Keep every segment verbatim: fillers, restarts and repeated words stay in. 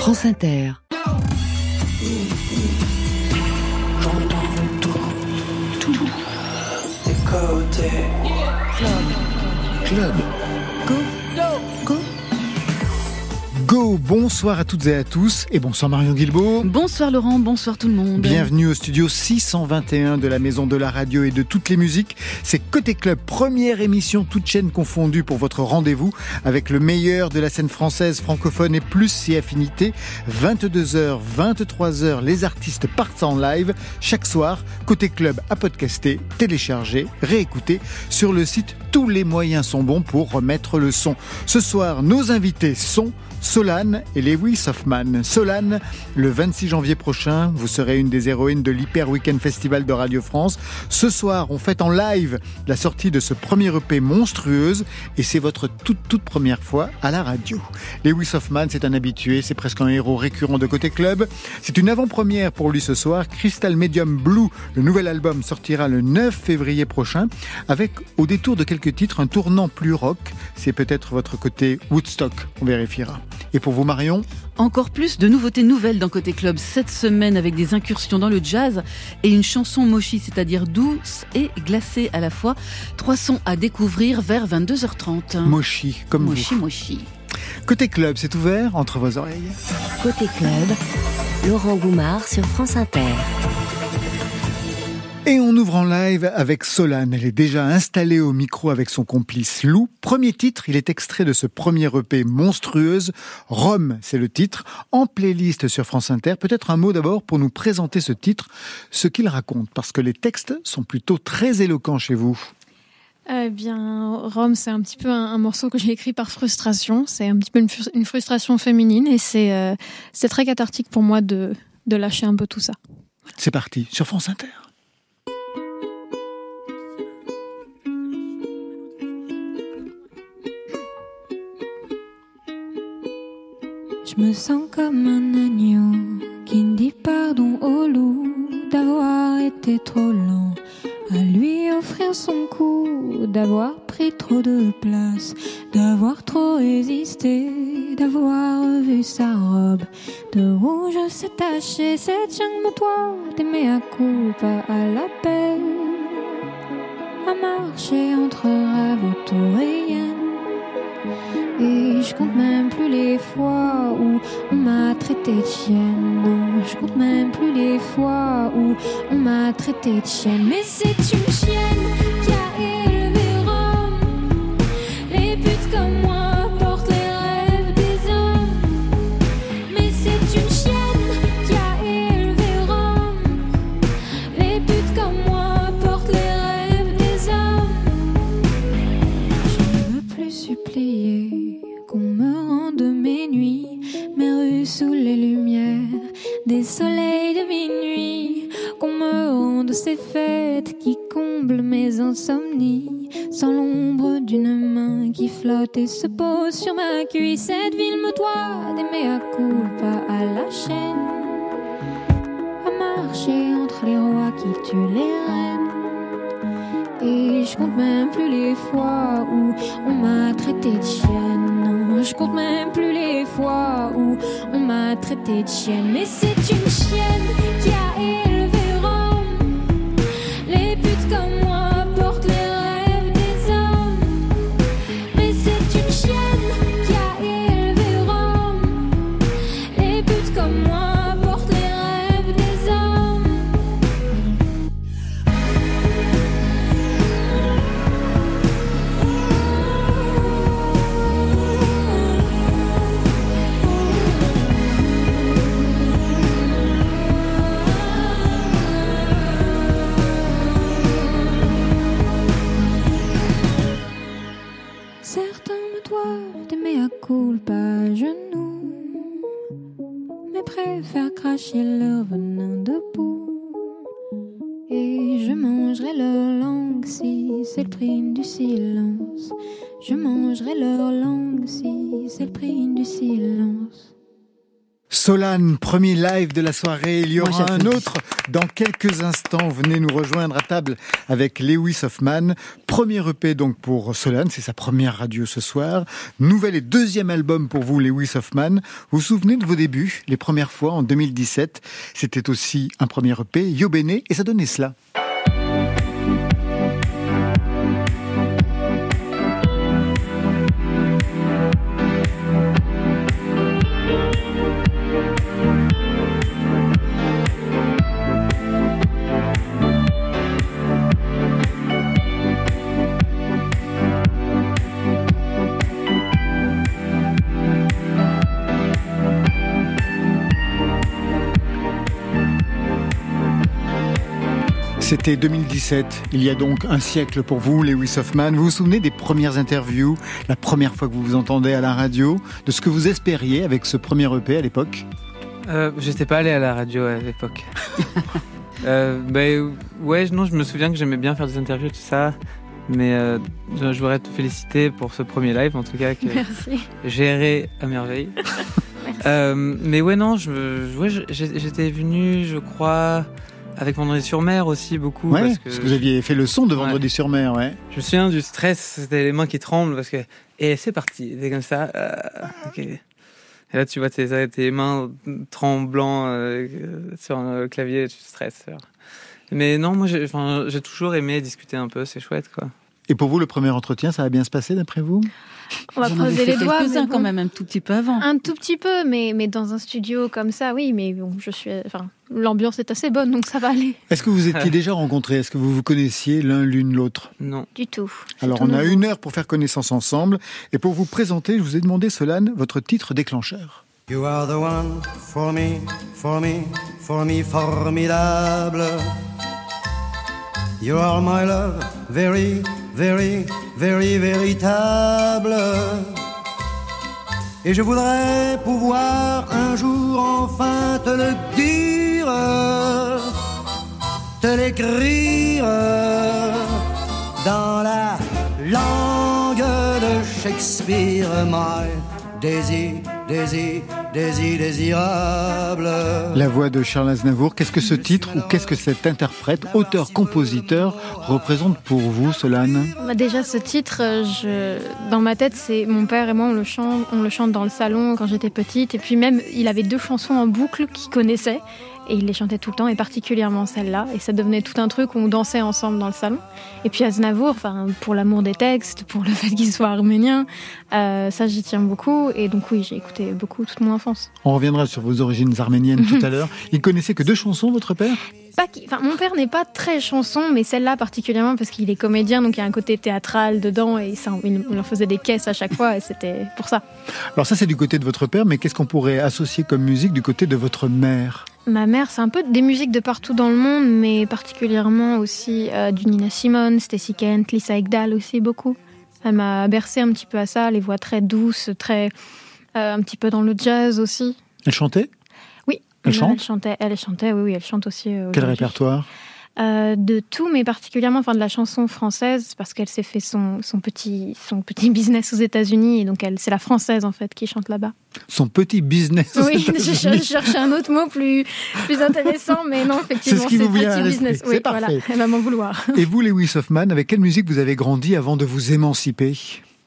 France Inter. J'entends tout, tout, des côtés. Club. Club. Go. Go. Go, bonsoir à toutes et à tous, et bonsoir Marion Guilbault. Bonsoir Laurent, bonsoir tout le monde. Bienvenue au studio six cent vingt et un de la Maison de la Radio et de toutes les musiques. C'est Côté Club, première émission toute chaîne confondue pour votre rendez-vous avec le meilleur de la scène française francophone et plus si affinité. vingt-deux heures, vingt-trois heures, les artistes partent en live. Chaque soir, Côté Club à podcaster, télécharger, réécouter sur le site. Tous les moyens sont bons pour remettre le son. Ce soir, nos invités sont Solane et Lewis Hoffman. Solane, le vingt-six janvier prochain, vous serez une des héroïnes de l'Hyper Weekend Festival de Radio France. Ce soir, on fête en live la sortie de ce premier E P Monstrueuse et c'est votre toute toute première fois à la radio. Lewis Hoffman, c'est un habitué, c'est presque un héros récurrent de Côté Club. C'est une avant-première pour lui ce soir. Crystal Medium Blue, le nouvel album, sortira le neuf février prochain avec, au détour de quelques titres, un tournant plus rock. C'est peut-être votre côté Woodstock, on vérifiera. Et pour vous Marion ? Encore plus de nouveautés nouvelles dans Côté Club cette semaine avec des incursions dans le jazz et une chanson mochi, c'est-à-dire douce et glacée à la fois. Trois sons à découvrir vers vingt-deux heures trente. Mochi, comme mochi, vous. Mochi, mochi. Côté Club, c'est ouvert entre vos oreilles. Côté Club, Laurent Goumard sur France Inter. Et on ouvre en live avec Solane. Elle est déjà installée au micro avec son complice Lou. Premier titre, il est extrait de ce premier E P Monstrueuse. Rome, c'est le titre. En playlist sur France Inter. Peut-être un mot d'abord pour nous présenter ce titre, ce qu'il raconte. Parce que les textes sont plutôt très éloquents chez vous. Eh bien, Rome, c'est un petit peu un, un morceau que j'ai écrit par frustration. C'est un petit peu une, une frustration féminine et c'est, euh, c'est très cathartique pour moi de, de lâcher un peu tout ça. C'est parti, sur France Inter. Je me sens comme un agneau qui ne dit pardon au loup d'avoir été trop lent à lui offrir son coup, d'avoir pris trop de place, d'avoir trop résisté, d'avoir revu sa robe de rouge s'est tachée. Cette jungle toi d'aimer à culpa à l'appel, à marcher entre rêves autoréennes. Et je compte même plus les fois où on m'a traité de chienne. Non, je compte même plus les fois où on m'a traité de chienne. Mais c'est une chienne qui a élevé Rome. Les putes comme moi portent les rêves des hommes. Mais c'est une chienne qui a élevé Rome. Les putes comme moi portent les rêves des hommes. Je ne veux plus supplier qu'on me rende mes nuits, mes rues sous les lumières des soleils de minuit, qu'on me rende ces fêtes qui comblent mes insomnies, sans l'ombre d'une main qui flotte et se pose sur ma cuisse. Cette ville me doit d'aimer à culpa à la chaîne, à marcher entre les rois qui tuent les reines. Et je compte même plus les fois où on m'a traité de chienne. Non, je compte même plus les fois où on m'a traité de chienne. Mais c'est une chienne qui a élevé Rome. Les putes comme moi portent les rêves des hommes. Mais c'est une chienne qui a élevé Rome. Les putes comme moi portent les rêves des hommes. Culpa à genoux, mais préfèrent cracher leur venin debout. Et je mangerai leur langue si c'est le prix du silence. Je mangerai leur langue si c'est le prix du silence. Solane, premier live de la soirée. Il y aura Moi, un autre dans quelques instants. Venez nous rejoindre à table avec Lewis Hoffman. Premier E P donc pour Solane, c'est sa première radio ce soir. Nouvel et deuxième album pour vous, Lewis Hoffman. Vous vous souvenez de vos débuts, les premières fois en deux mille dix-sept. C'était aussi un premier E P, Yo Bene, et ça donnait cela. C'était deux mille dix-sept, il y a donc un siècle pour vous, Lewis Hoffman. Vous vous souvenez des premières interviews, la première fois que vous vous entendez à la radio, de ce que vous espériez avec ce premier E P à l'époque ? euh, J'étais pas allé à la radio à l'époque. euh, bah, ouais, non, je me souviens que j'aimais bien faire des interviews, tout ça. Mais euh, je voudrais te féliciter pour ce premier live, en tout cas, que Merci. géré à merveille. euh, mais ouais, non, je, je, ouais, j'étais venu, je crois... avec Vendredi-sur-Mer aussi, beaucoup. Ouais, parce que, parce que vous aviez fait le son de ouais. Vendredi-sur-Mer, ouais. Je me souviens du stress, c'était les mains qui tremblent, parce que... Et c'est parti, c'était comme ça. Euh, okay. Et là, tu vois tes, tes mains tremblant euh, sur le clavier, tu stresses. Mais non, moi, j'ai, j'ai toujours aimé discuter un peu, c'est chouette, quoi. Et pour vous, le premier entretien, ça va bien se passer, d'après vous ? On va J'en avais croiser fait les doigts. quelques-uns mais bon. quand même, un tout petit peu avant. Un tout petit peu, mais, mais dans un studio comme ça, oui, mais bon, je suis, enfin, l'ambiance est assez bonne, donc ça va aller. Est-ce que vous étiez déjà rencontrés ? Est-ce que vous vous connaissiez l'un l'une l'autre ? Non. Du tout. C'est Alors, tout on a nouveau. une heure pour faire connaissance ensemble. Et pour vous présenter, je vous ai demandé, Solane, votre titre déclencheur. You are the one for me, for me, for me formidable. You are my love, very, very, very véritable. Et je voudrais pouvoir un jour enfin te le dire, te l'écrire dans la langue de Shakespeare, my Daisy, Daisy, Daisy, désirable. La voix de Charles Aznavour, qu'est-ce que ce titre ou qu'est-ce que cet interprète, auteur-compositeur, représente pour vous, Solane ? Bah déjà, ce titre, je... dans ma tête, c'est mon père et moi, on le chante, on le chante dans le salon quand j'étais petite. Et puis même, il avait deux chansons en boucle qu'il connaissait. Et il les chantait tout le temps, et particulièrement celle-là. Et ça devenait tout un truc où on dansait ensemble dans le salon. Et puis Aznavour, enfin, pour l'amour des textes, pour le fait qu'il soit arménien, euh, ça j'y tiens beaucoup. Et donc oui, j'ai écouté beaucoup toute mon enfance. On reviendra sur vos origines arméniennes tout à l'heure. Il connaissait que deux chansons, votre père ? Pas qui... enfin, mon père n'est pas très chanson, mais celle-là particulièrement parce qu'il est comédien, donc il y a un côté théâtral dedans, et ça, il en faisait des caisses à chaque fois, et c'était pour ça. Alors ça, c'est du côté de votre père, mais qu'est-ce qu'on pourrait associer comme musique du côté de votre mère ? Ma mère, c'est un peu des musiques de partout dans le monde, mais particulièrement aussi euh, du Nina Simone, Stacey Kent, Lisa Ekdahl aussi beaucoup. Elle m'a bercée un petit peu à ça, les voix très douces, très euh, un petit peu dans le jazz aussi. Elle chantait ? Oui, Elle chante elle chantait, elle chantait, oui, oui, elle chante aussi. Euh, Quel répertoire ? Euh, de tout, mais particulièrement enfin, de la chanson française, parce qu'elle s'est fait son, son, petit, son petit business aux États-Unis, et donc elle, c'est la française en fait qui chante là-bas. Son petit business aux Oui, États-Unis. je, je cherchais un autre mot plus, plus intéressant, mais non, effectivement, C'est ce qui vous vient à petit l'esprit. business. C'est Oui, parfait. voilà, elle va m'en vouloir. Et vous, Lewis Hoffman, avec quelle musique vous avez grandi avant de vous émanciper ?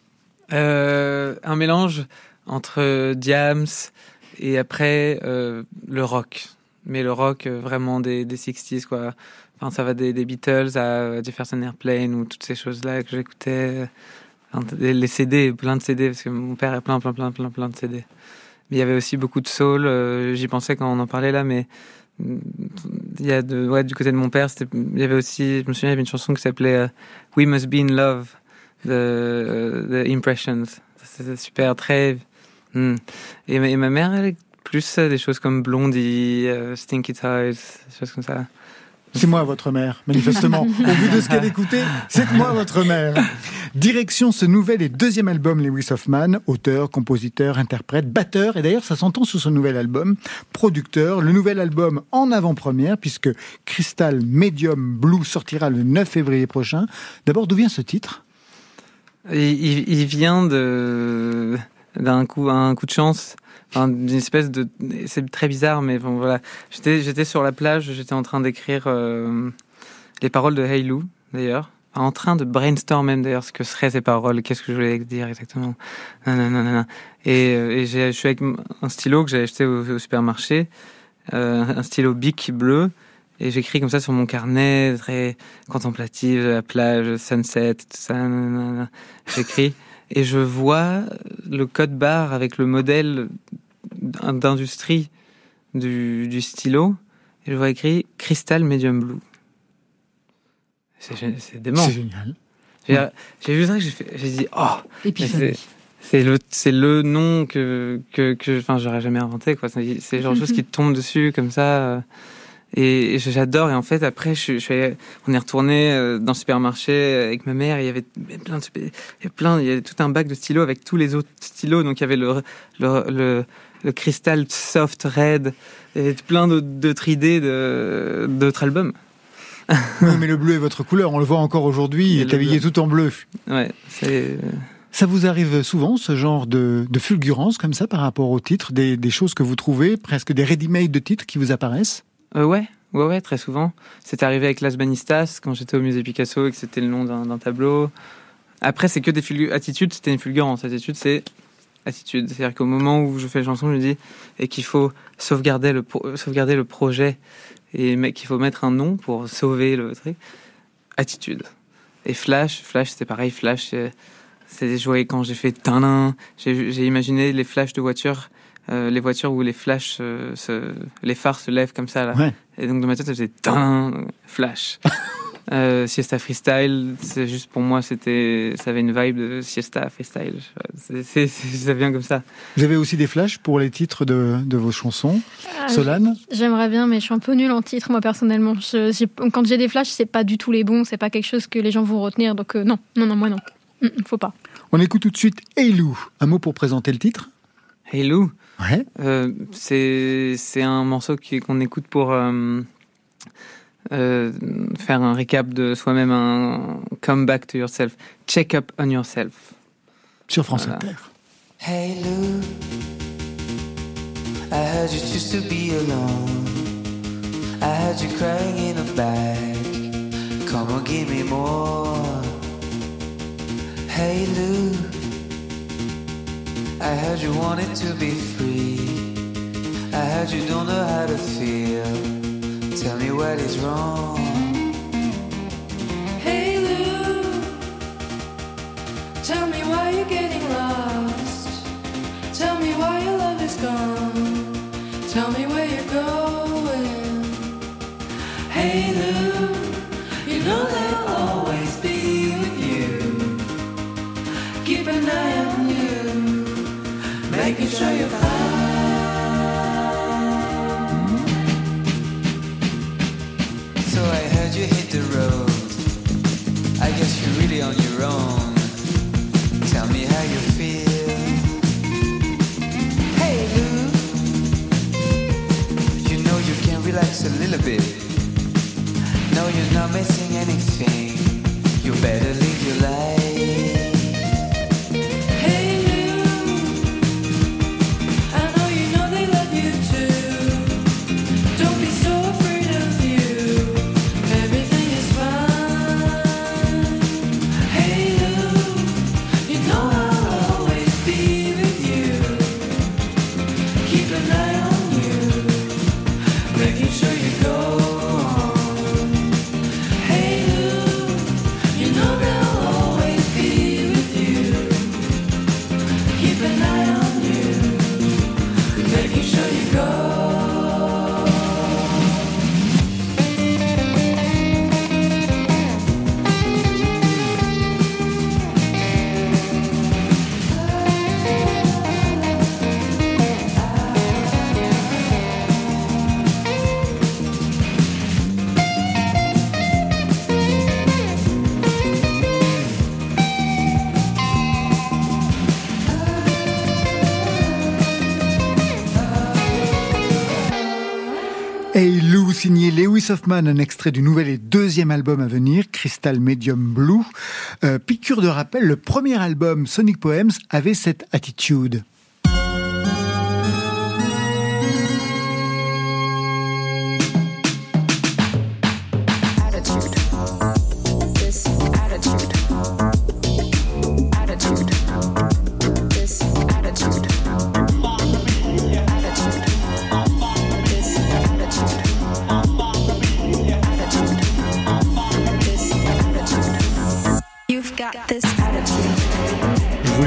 Euh, un mélange entre Diams et après euh, le rock. Mais le rock euh, vraiment des, des sixties, quoi. Enfin, ça va des, des Beatles à Jefferson Airplane ou toutes ces choses-là que j'écoutais. Enfin, les C D, plein de C D, parce que mon père a plein, plein, plein, plein, plein de C D. Mais il y avait aussi beaucoup de soul, euh, j'y pensais quand on en parlait là, mais il y a de, ouais, du côté de mon père, c'était, il y avait aussi, je me souviens, il y avait une chanson qui s'appelait euh, We Must Be in Love, de uh, The Impressions. C'était super, très... Hmm. Et, ma, et ma mère, elle est plus euh, des choses comme Blondie, euh, Stinky Ties, des choses comme ça. C'est moi votre mère, manifestement. Au vu de ce qu'elle écoutait, c'est moi votre mère. Direction ce nouvel et deuxième album Lewis Hoffman, auteur, compositeur, interprète, batteur, et d'ailleurs ça s'entend sur ce nouvel album, producteur, le nouvel album en avant-première, puisque Crystal Medium Blue sortira le neuf février prochain. D'abord, d'où vient ce titre ? il, il, il vient de, d'un coup, un coup de chance. enfin, d'une espèce de, c'est très bizarre, mais bon, voilà. J'étais, j'étais sur la plage, j'étais en train d'écrire euh, les paroles de Hey Lou, d'ailleurs. Enfin, en train de brainstorm même, d'ailleurs, ce que seraient ces paroles, qu'est-ce que je voulais dire exactement. Nanana. Et, et j'ai, je suis avec un stylo que j'ai acheté au, au supermarché, euh, un stylo Bic bleu, et j'écris comme ça sur mon carnet, très contemplatif, de la plage, sunset, tout ça. Nanana. J'écris. Et je vois le code barre avec le modèle d'industrie du, du stylo. Et je vois écrit Crystal Medium Blue. C'est, c'est dément. C'est génial. J'ai, j'ai vu ça, j'ai, fait, j'ai dit, oh, Épiphanie. c'est, c'est, le, c'est le nom que, que, que enfin, j'aurais jamais inventé, quoi. C'est, c'est le genre de chose qui te tombe dessus, comme ça. Et, et j'adore. Et en fait, après, je, je suis allé, on est retourné dans le supermarché avec ma mère. Et il y avait plein de, il y avait plein, il y avait tout un bac de stylos avec tous les autres stylos. Donc il y avait le, le, le, le Crystal Soft Red. Il y avait plein d'autres, d'autres idées de, d'autres albums. Oui, mais le bleu est votre couleur. On le voit encore aujourd'hui. Il est habillé tout en bleu. Ouais, c'est. Ça vous arrive souvent, ce genre de, de fulgurance comme ça par rapport au titre, des, des choses que vous trouvez, presque des ready-made de titres qui vous apparaissent? Euh, ouais, ouais, ouais, très souvent. C'est arrivé avec Las Banistas, quand j'étais au musée Picasso et que c'était le nom d'un, d'un tableau. Après, c'est que des fulgurances. Attitude, c'était une fulgurance. Attitude, c'est attitude. C'est-à-dire qu'au moment où je fais la chanson, je me dis et qu'il faut sauvegarder le, pro- sauvegarder le projet et qu'il faut mettre un nom pour sauver le truc. Attitude. Et Flash, Flash, c'était pareil. Flash, c'est, c'est joué quand j'ai fait tanin. J'ai, j'ai imaginé les flashs de voitures. Euh, les voitures où les flashs, euh, se, les phares se lèvent comme ça là. Ouais. Et donc dans ma tête ça faisait tin, flash. euh, Siesta Freestyle, c'est juste pour moi c'était, ça avait une vibe de Siesta Freestyle. C'est, c'est, c'est, ça vient comme ça. Vous avez aussi des flashs pour les titres de, de vos chansons, ah, Solane? J'aimerais bien, mais je suis un peu nulle en titres moi personnellement. Je, j'ai, quand j'ai des flashs, c'est pas du tout les bons, c'est pas quelque chose que les gens vont retenir. Donc euh, non, non, non, moi non, mmh, faut pas. On écoute tout de suite Hey Lou. Un mot pour présenter le titre? Hey Lou. Ouais. Euh, c'est c'est un morceau qui, qu'on écoute pour euh, euh, faire un récap de soi-même, un come back to yourself, check up on yourself. Sur France voilà. Inter. Hey Lou, I heard you used to be alone. I heard you crying in a bag. Come on, give me more. Hey Lou, I heard you wanted to be free. I heard you don't know how to feel. Tell me what is wrong. Hey Lou, tell me why you're getting lost. Tell me why your love is gone. Tell me where you're going. Hey Lou, you know they'll always be with you. Keep an eye on you, making sure you're fine. So I heard you hit the road. I guess you're really on your own. Tell me how you feel. Hey Lou, you know you can relax a little bit. No, you're not missing anything. You better live your life. Hey Lou, signé Lewis Hoffman, un extrait du nouvel et deuxième album à venir, Crystal Medium Blue. Euh, piqûre de rappel, le premier album Sonic Poems avait cette attitude.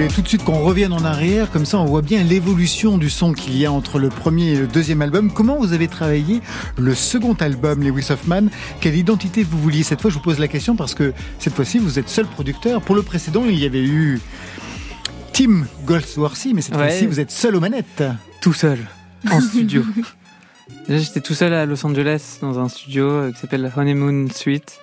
tout de suite qu'on revienne en arrière, comme ça on voit bien l'évolution du son qu'il y a entre le premier et le deuxième album. Comment vous avez travaillé le second album, Lewis Hoffman? Quelle identité vous vouliez? Cette fois, je vous pose la question parce que cette fois-ci, vous êtes seul producteur. Pour le précédent, il y avait eu Tim Goldsworthy, mais cette Ouais. fois-ci, vous êtes seul aux manettes. Tout seul, en studio. Déjà, j'étais tout seul à Los Angeles, dans un studio euh, qui s'appelle Honeymoon Suite.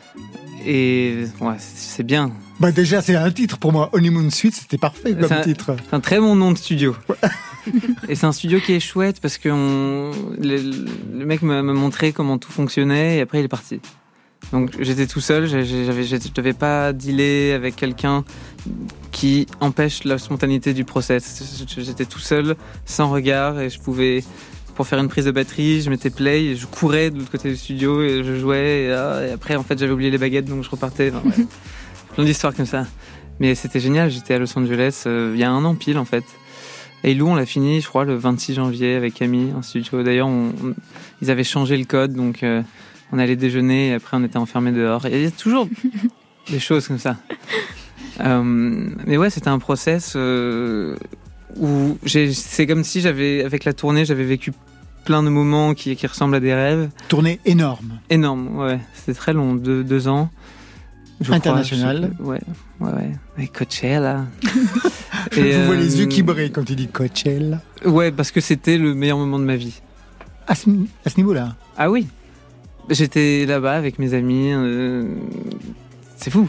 Et ouais, c'est bien. Bah déjà, c'est un titre pour moi. Honeymoon Suite, c'était parfait comme C'est un- titre. C'est un très bon nom de studio. Et c'est un studio qui est chouette parce que on... le, le mec m'a m'a montré comment tout fonctionnait et après il est parti. Donc j'étais tout seul, j'avais, j'avais, je devais pas dealer avec quelqu'un qui empêche la spontanéité du process. J'étais tout seul, sans regard, et je pouvais, pour faire une prise de batterie, je mettais play et je courais de l'autre côté du studio et je jouais. Et, ah, et après, en fait, j'avais oublié les baguettes, donc je repartais. Enfin, ouais. Plein d'histoires comme ça. Mais c'était génial, j'étais à Los Angeles euh, il y a un an pile, en fait. Et Lou, on l'a fini, je crois, le vingt-six janvier avec Camille, en studio. D'ailleurs, on, on, ils avaient changé le code, donc euh, on allait déjeuner et après on était enfermés dehors. Il y a toujours des choses comme ça. Euh, mais ouais, c'était un process euh, où j'ai, c'est comme si j'avais, avec la tournée, j'avais vécu plein de moments qui, qui ressemblent à des rêves. Tournée énorme. Énorme, ouais. C'était très long, deux, deux ans. Je International. Crois, je sais plus. Ouais, ouais, ouais. Avec Coachella. Je vous euh, vois les yeux qui brillent quand il dit Coachella. Ouais, parce que c'était le meilleur moment de ma vie. À ce, à ce niveau-là. Ah oui. J'étais là-bas avec mes amis. Euh... C'est fou.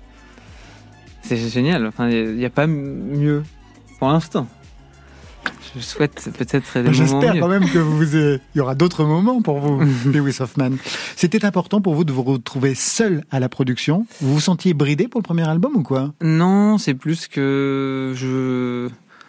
C'est génial. Enfin, il n'y a, a pas mieux pour l'instant. Je souhaite peut-être des J'espère moments mieux. quand même que vous, il y aura d'autres moments pour vous, Lewis Hoffman. C'était important pour vous de vous retrouver seul à la production. Vous vous sentiez bridé pour le premier album ou quoi? Non, c'est plus que je.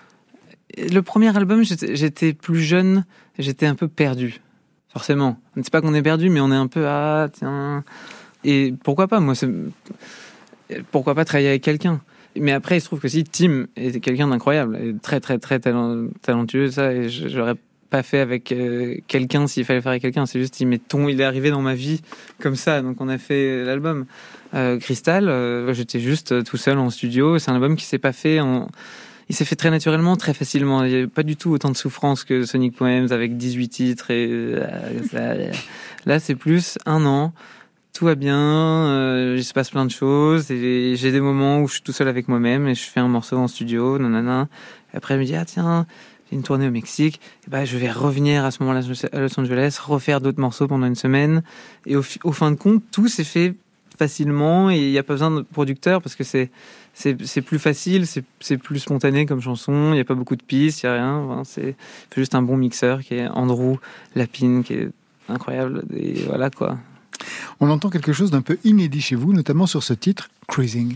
Le premier album, j'étais, j'étais plus jeune, j'étais un peu perdu. Forcément. C'est pas qu'on est perdu, mais on est un peu ah tiens. Et pourquoi pas, moi, c'est... pourquoi pas travailler avec quelqu'un. Mais après, il se trouve que si Tim est quelqu'un d'incroyable, et très très très talent, talentueux, ça, et je, j'aurais pas fait avec euh, quelqu'un s'il fallait faire avec quelqu'un. C'est juste, il met ton, il est arrivé dans ma vie comme ça, donc on a fait l'album. Euh, Crystal, euh, j'étais juste tout seul en studio. C'est un album qui s'est pas fait en, il s'est fait très naturellement, très facilement. Il y avait pas du tout autant de souffrance que Sonic Poems avec dix-huit titres et euh, ça, là, c'est plus un an. Tout va bien, euh, il se passe plein de choses et j'ai des moments où je suis tout seul avec moi-même et je fais un morceau en studio, nanana. Et après, je me dis, ah tiens, j'ai une tournée au Mexique, et bah, je vais revenir à ce moment-là à Los Angeles, refaire d'autres morceaux pendant une semaine. Et au, au fin de compte, tout s'est fait facilement et il n'y a pas besoin de producteur parce que c'est, c'est, c'est plus facile, c'est, c'est plus spontané comme chanson, il n'y a pas beaucoup de pistes, il n'y a rien. Enfin, c'est, c'est juste un bon mixeur qui est Andrew Lapine, qui est incroyable. Et voilà quoi. On entend quelque chose d'un peu inédit chez vous, notamment sur ce titre, Cruising.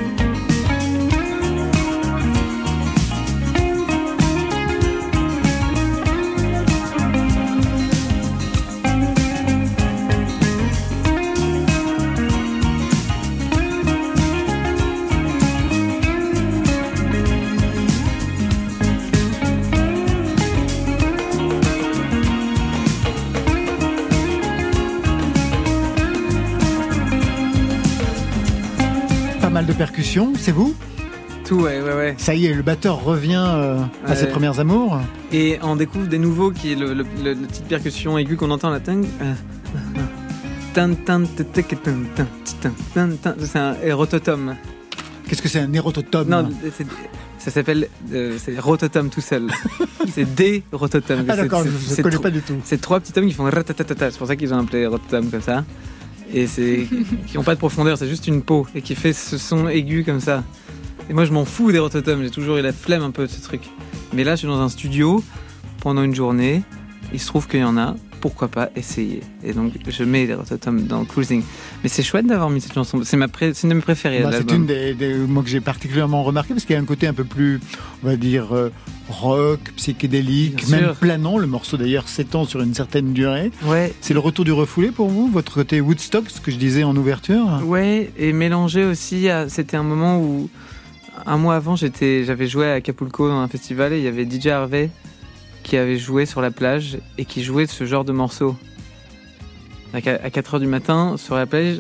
De percussion, c'est vous? Tout, ouais, ouais, ouais. Ça y est, le batteur revient euh, à ouais. ses premières amours. Et on découvre des nouveaux qui est le, le, le, le petite percussion aiguë qu'on entend la tang. C'est un rototom. Qu'est-ce que c'est un rototom? Non, c'est, ça s'appelle euh, c'est rototom tout seul. C'est des rototom. Ah d'accord, c'est, je ne c'est connais tro- pas du tout. C'est trois petits tomes qui font ratatatata. C'est pour ça qu'ils ont appelé rototom comme ça. Et c'est qui n'ont pas de profondeur, c'est juste une peau et qui fait ce son aigu comme ça. Et moi je m'en fous des rototoms, j'ai toujours eu la flemme un peu de ce truc. Mais là je suis dans un studio pendant une journée, il se trouve qu'il y en a, pourquoi pas essayer. Et donc je mets des rototoms dans Cruising. Mais c'est chouette d'avoir mis cette chanson, c'est, ma pré... c'est une de mes préférées. Bah, c'est une des, des moi que j'ai particulièrement remarqué parce qu'il y a un côté un peu plus, on va dire, euh, rock, psychédélique, Bien même sûr. planant. Le morceau d'ailleurs s'étend sur une certaine durée. Ouais. C'est le retour du refoulé pour vous, votre côté Woodstock, ce que je disais en ouverture. Ouais, et mélangé aussi à, c'était un moment où un mois avant j'étais, j'avais joué à Acapulco dans un festival et il y avait D J Harvey qui avait joué sur la plage et qui jouait ce genre de morceaux. À quatre heures du matin, sur la plage,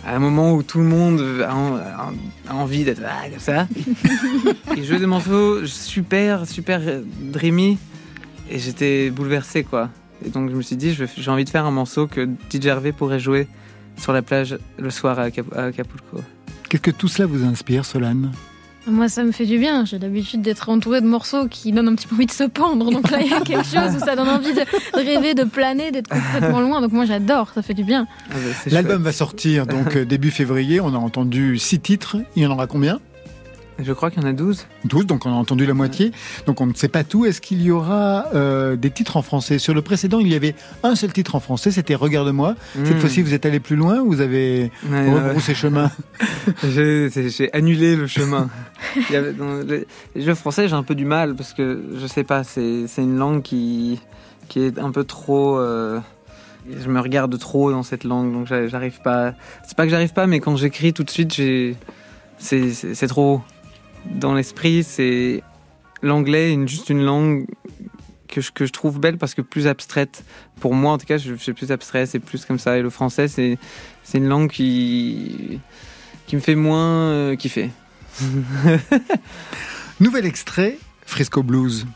à un moment où tout le monde a, a, a envie d'être ah, comme ça. Et jouer des morceaux super, super dreamy. Et j'étais bouleversé, quoi. Et donc je me suis dit, je vais, j'ai envie de faire un morceau que D J Hervé pourrait jouer sur la plage le soir à, Cap- à Acapulco. Qu'est-ce que tout cela vous inspire, Solane ? Moi, ça me fait du bien. J'ai l'habitude d'être entourée de morceaux qui donnent un petit peu envie de se pendre. Donc là, il y a quelque chose où ça donne envie de rêver, de planer, d'être complètement loin. Donc moi, j'adore. Ça fait du bien. Ah bah, L'album chouette. va sortir donc début février. On a entendu six titres. Il y en aura combien ? Je crois qu'il y en a douze. douze, donc on a entendu la moitié. Donc on ne sait pas tout. Est-ce qu'il y aura euh, des titres en français ? Sur le précédent, il y avait un seul titre en français, c'était Regarde-moi. Cette Mmh. fois-ci, vous êtes allé plus loin ou vous avez Ouais, rebroussé ouais. chemin ? j'ai, c'est- j'ai annulé le chemin. Il y avait, dans les, les jeux français, j'ai un peu du mal parce que je sais pas, c'est, c'est une langue qui, qui est un peu trop. Euh, je me regarde trop dans cette langue, donc j'a- j'arrive pas. C'est pas que j'arrive pas, mais quand j'écris tout de suite, j'ai, c'est, c'est, c'est trop. Dans l'esprit, c'est l'anglais, une, juste une langue que je, que je trouve belle parce que plus abstraite. Pour moi, en tout cas, je, c'est plus abstrait, c'est plus comme ça. Et le français, c'est, c'est une langue qui, qui me fait moins euh, kiffer. Nouvel extrait, Frisco Blues.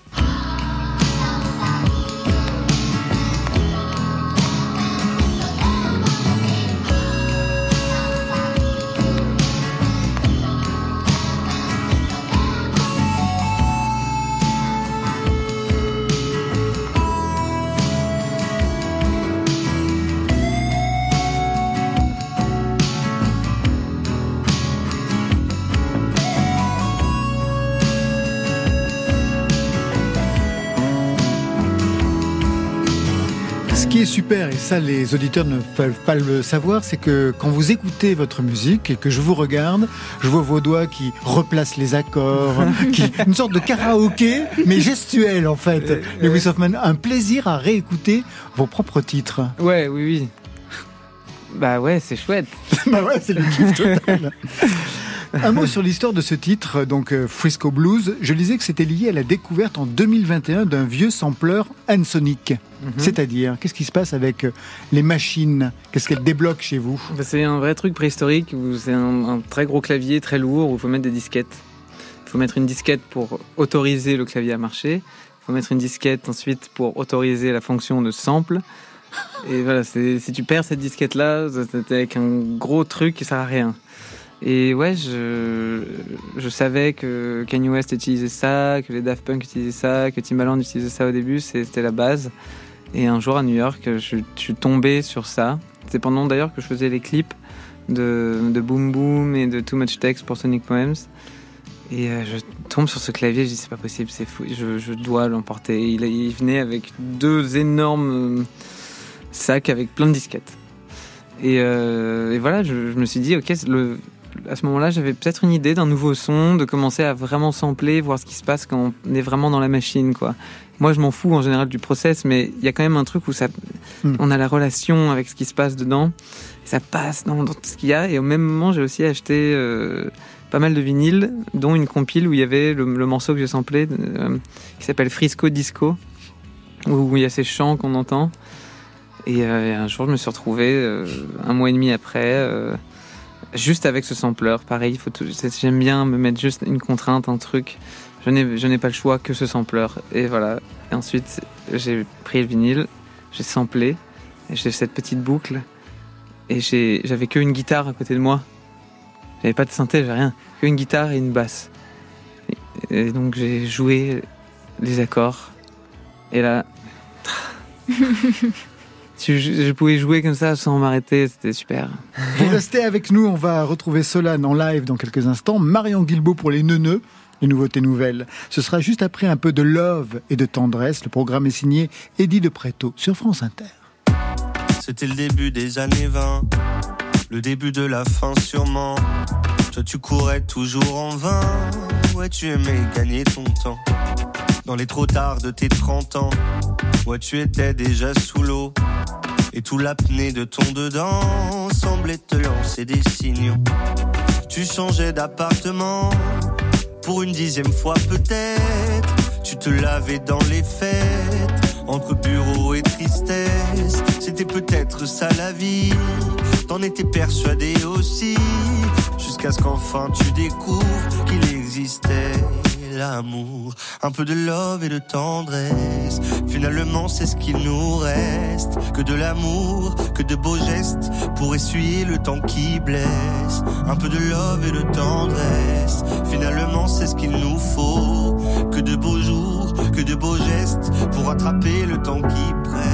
Ce qui est super, et ça les auditeurs ne peuvent pas le savoir, c'est que quand vous écoutez votre musique et que je vous regarde, je vois vos doigts qui replacent les accords, qui, une sorte de karaoké, mais gestuel en fait. Lewis Hoffman, un plaisir à réécouter vos propres titres. Ouais, oui, oui. Bah ouais, c'est chouette. Bah ouais, c'est le kiff total. Un mot sur l'histoire de ce titre, donc euh, Frisco Blues. Je lisais que c'était lié à la découverte en deux mille vingt et un d'un vieux sampleur Hansonic. Mm-hmm. C'est-à-dire, qu'est-ce qui se passe avec euh, les machines ? Qu'est-ce qu'elles débloquent chez vous ? Bah, c'est un vrai truc préhistorique où c'est un, un très gros clavier très lourd où il faut mettre des disquettes. Il faut mettre une disquette pour autoriser le clavier à marcher. Il faut mettre une disquette ensuite pour autoriser la fonction de sample. Et voilà, c'est, si tu perds cette disquette-là, c'est avec un gros truc qui sert à rien. Et ouais, je, je savais que Kanye West utilisait ça, que les Daft Punk utilisaient ça, que Timbaland utilisait ça au début, c'était la base. Et un jour à New York, je, je suis tombé sur ça. C'est pendant d'ailleurs que je faisais les clips de, de Boom Boom et de Too Much Text pour Sonic Poems. Et euh, je tombe sur ce clavier, je dis c'est pas possible, c'est fou, je, je dois l'emporter. Il, il venait avec deux énormes sacs avec plein de disquettes. Et, euh, et voilà, je, je me suis dit, ok, le, à ce moment-là, j'avais peut-être une idée d'un nouveau son, de commencer à vraiment sampler, voir ce qui se passe quand on est vraiment dans la machine, quoi. Moi, je m'en fous en général du process, mais il y a quand même un truc où ça, mm. on a la relation avec ce qui se passe dedans, et ça passe dans, dans tout ce qu'il y a. Et au même moment, j'ai aussi acheté euh, pas mal de vinyles, dont une compile où il y avait le, le morceau que j'ai samplé, euh, qui s'appelle Frisco Disco, où il y a ces chants qu'on entend. Et euh, un jour, je me suis retrouvé, euh, un mois et demi après, euh, juste avec ce sampler. Pareil, faut tout, j'aime bien me mettre juste une contrainte, un truc. Je n'ai, je n'ai pas le choix que ce sampler. Et voilà. Et ensuite, j'ai pris le vinyle, j'ai samplé, et j'ai cette petite boucle. Et j'ai, j'avais que une guitare à côté de moi. J'avais pas de synthé, j'avais rien. Que une guitare et une basse. Et, et donc, j'ai joué les accords. Et là... Je, je pouvais jouer comme ça sans m'arrêter, c'était super. Vous restez avec nous, on va retrouver Solane en live dans quelques instants. Marion Guilbault pour les neuneux, les nouveautés nouvelles. Ce sera juste après un peu de love et de tendresse. Le programme est signé Eddie de Préto sur France Inter. C'était le début des années vingt, le début de la fin sûrement. Toi tu courais toujours en vain, ouais tu aimais gagner ton temps. Dans les trop tard de tes trente ans, ouais tu étais déjà sous l'eau. Et tout l'apnée de ton dedans semblait te lancer des signaux. Tu changeais d'appartement pour une dixième fois peut-être. Tu te lavais dans les fêtes, entre bureau et tristesse. C'était peut-être ça la vie, t'en étais persuadé aussi, jusqu'à ce qu'enfin tu découvres qu'il existait l'amour. Un peu de love et de tendresse, finalement c'est ce qu'il nous reste. Que de l'amour, que de beaux gestes pour essuyer le temps qui blesse. Un peu de love et de tendresse, finalement c'est ce qu'il nous faut. Que de beaux jours, que de beaux gestes pour attraper le temps qui presse.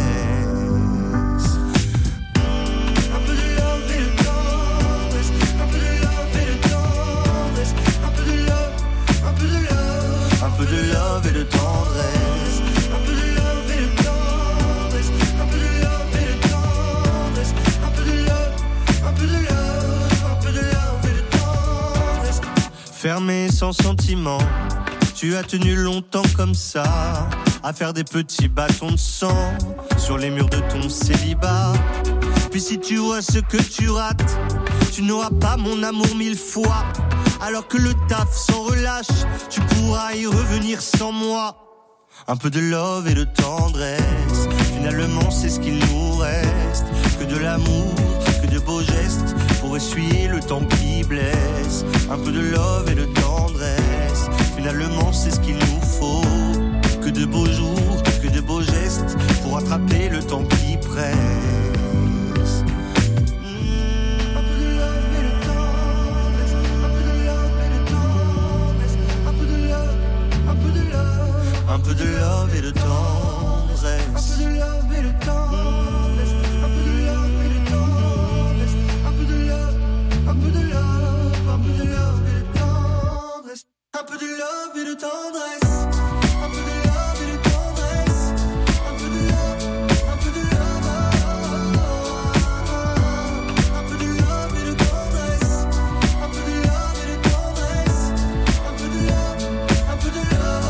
Un peu de love et de tendresse, un peu de love et de tendresse, un peu de love et de tendresse, un peu de love, un peu de love, un peu de love et de tendresse. Fermé sans sentiment, tu as tenu longtemps comme ça, à faire des petits bâtons de sang sur les murs de ton célibat. Puis si tu vois ce que tu rates, tu n'auras pas mon amour mille fois. Alors que le taf s'en relâche, tu pourras y revenir sans moi. Un peu de love et de tendresse, finalement c'est ce qu'il nous reste. Que de l'amour, que de beaux gestes pour essuyer le temps qui blesse. Un peu de love et de tendresse, finalement c'est ce qu'il nous faut. Que de beaux jours, que de beaux gestes pour attraper le temps qui presse. Un peu de love et de tendresse. Un peu de love et de tendresse. Un peu de love et de tendresse. Un peu de love, un peu de love, un peu de love et de tendresse. Un peu de love et de tendresse. Un peu de love et de tendresse. Un peu de love, un peu de love. Un peu de love et de tendresse. Un peu de love et de tendresse. Un peu de love, un peu de love.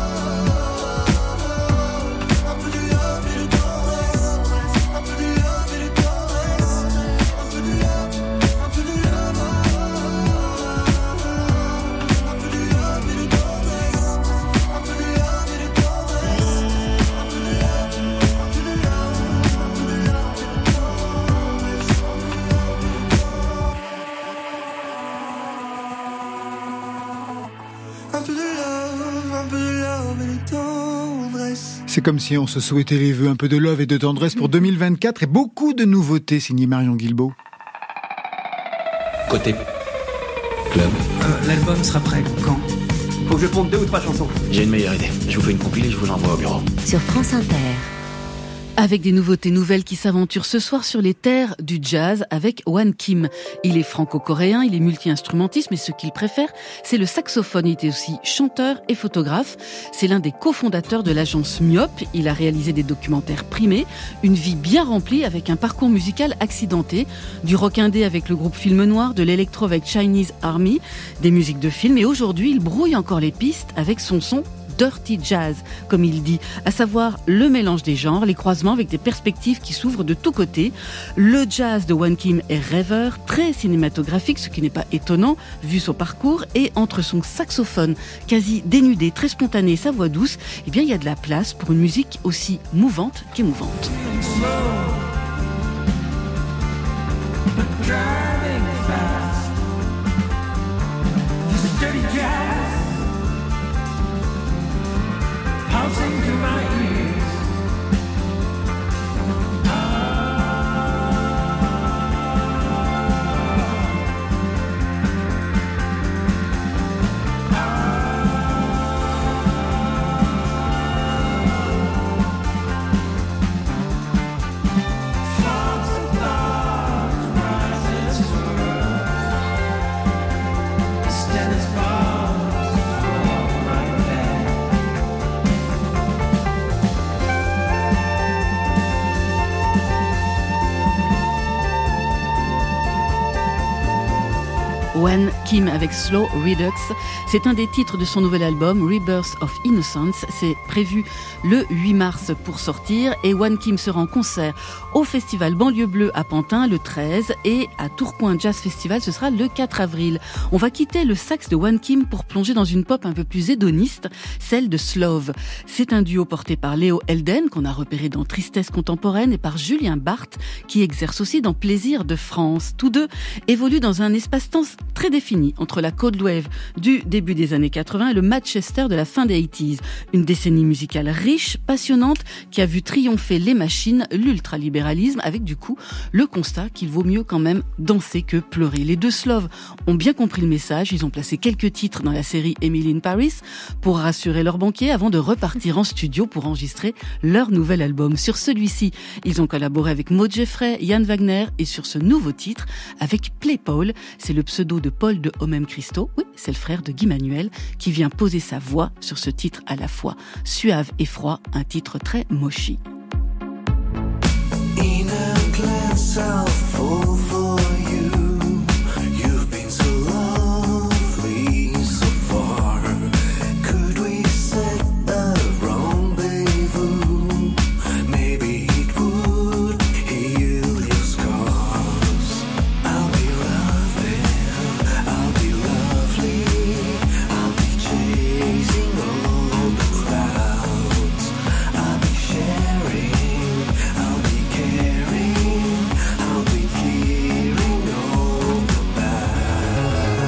C'est comme si on se souhaitait les vœux, un peu de love et de tendresse pour deux mille vingt-quatre et beaucoup de nouveautés signées Marion Guilbault. Côté club. Euh, l'album sera prêt quand ? Faut que je ponde deux ou trois chansons. J'ai une meilleure idée. Je vous fais une compilée et je vous l'envoie au bureau. Sur France Inter. Avec des nouveautés nouvelles qui s'aventurent ce soir sur les terres du jazz avec Won Kim. Il est franco-coréen, il est multi-instrumentiste, mais ce qu'il préfère, c'est le saxophone. Il était aussi chanteur et photographe. C'est l'un des cofondateurs de l'agence Myope. Il a réalisé des documentaires primés, une vie bien remplie avec un parcours musical accidenté, du rock indé avec le groupe Film Noir, de l'électro avec Chinese Army, des musiques de films. Et aujourd'hui, il brouille encore les pistes avec son son dirty jazz, comme il dit, à savoir le mélange des genres, les croisements avec des perspectives qui s'ouvrent de tous côtés. Le jazz de Won Kim est rêveur, très cinématographique, ce qui n'est pas étonnant vu son parcours, et entre son saxophone quasi dénudé, très spontané et sa voix douce, eh bien il y a de la place pour une musique aussi mouvante qu'émouvante. Bouncing to my ears. Tennis balls fall off my bed. One Kim avec Slow Redux. C'est un des titres de son nouvel album Rebirth of Innocence. C'est prévu le huit mars pour sortir et One Kim sera en concert au festival Banlieue Bleue à Pantin le treize et à Tourcoing Jazz Festival ce sera le quatre avril. On va quitter le sax de One Kim pour plonger dans une pop un peu plus hédoniste, celle de Slove. C'est un duo porté par Léo Elden qu'on a repéré dans Tristesse contemporaine et par Julien Barthes qui exerce aussi dans Plaisir de France. Tous deux évoluent dans un espace-temps très défini entre la Cold Wave du début des années quatre-vingts et le Manchester de la fin des quatre-vingt-dix. Une décennie musicale riche, passionnante, qui a vu triompher les machines, l'ultralibéralisme, avec du coup le constat qu'il vaut mieux quand même danser que pleurer. Les deux Slove ont bien compris le message, ils ont placé quelques titres dans la série Emily in Paris pour rassurer leurs banquiers avant de repartir en studio pour enregistrer leur nouvel album. Sur celui-ci, ils ont collaboré avec Maud Jeffrey, Yann Wagner et sur ce nouveau titre avec Play Paul, c'est le pseudo de Paul de Homem Christo, oui, c'est le frère de Guy Manuel qui vient poser sa voix sur ce titre à la fois suave et froid, un titre très mochi. In a glance I'll fall for you. You've been so lovely so far. Could we set a rendezvous? Maybe it would heal your scars. I'll be loving, I'll be lovely. I'll be chasing all the clouds. I'll be sharing, I'll be caring, I'll be clearing all the bad.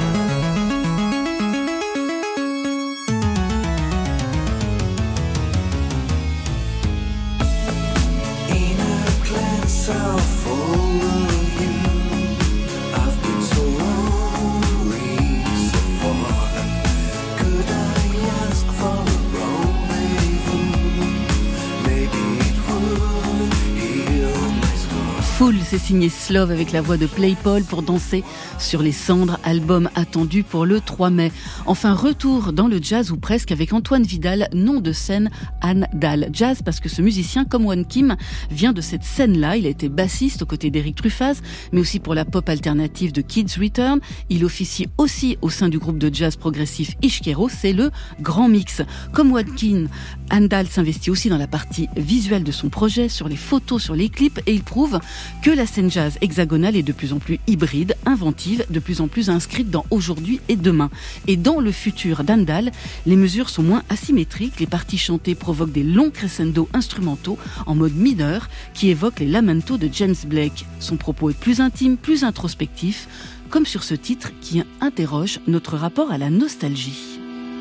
In a glance I'll follow you. I've been so lonely so far. Could I ask for a rendezvous? Maybe it would heal my scars. Full, c'est signé Slove avec la voix de Play Paul pour danser sur les cendres, album attendu pour le trois mai. Enfin, retour dans le jazz ou presque avec Antoine Vidal, nom de scène Anne Dahl. Jazz parce que ce musicien, comme One Kim, vient de cette scène-là. Il a été bassiste aux côtés d'Éric Truffaz, mais aussi pour la pop alternative de Kids Return. Il officie aussi au sein du groupe de jazz progressif Ishkero, c'est le Grand Mix. Comme One Kim, Anne Dahl s'investit aussi dans la partie visuelle de son projet, sur les photos, sur les clips, et il prouve que la scène jazz hexagonale est de plus en plus hybride, inventive, de plus en plus inscrite dans aujourd'hui et demain. Et dans le futur d'Anne Dahl, les mesures sont moins asymétriques, les parties chantées provoquent des longs crescendo instrumentaux en mode mineur qui évoquent les lamentos de James Blake. Son propos est plus intime, plus introspectif, comme sur ce titre qui interroge notre rapport à la nostalgie.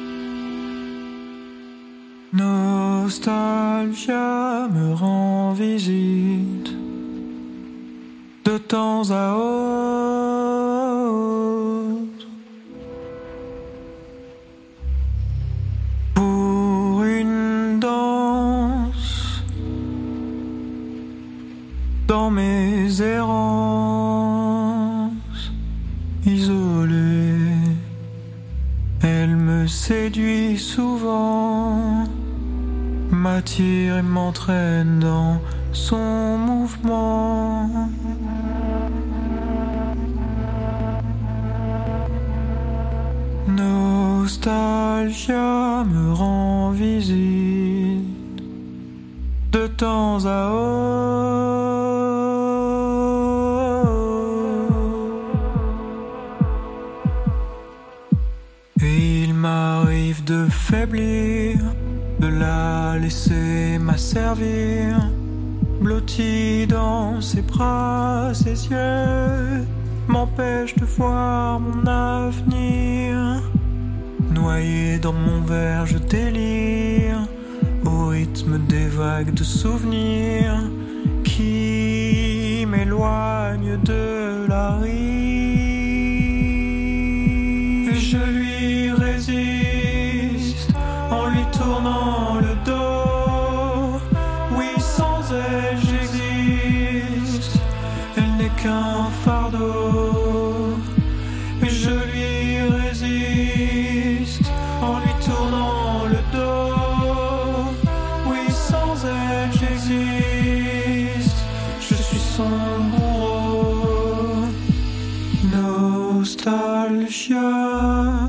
Nostalgia me rend visite de temps à autre pour une danse dans mes errances isolées. Elle me séduit souvent, m'attire et m'entraîne dans son mouvement. Nostalgia me rend visite de temps à autre. Et il m'arrive de faiblir, de la laisser m'asservir, blottie dans ses bras, ses yeux m'empêche de voir mon avenir. Noyé dans mon verre, je délire au rythme des vagues de souvenirs qui m'éloignent de la rive. Et je lui résiste en lui tournant le dos. Oui, sans elle j'existe, elle n'est qu'un fardeau. Et je lui résiste en lui tournant le dos. Oui, sans elle j'existe, je suis son bourreau. Nostalgie Nostalgia.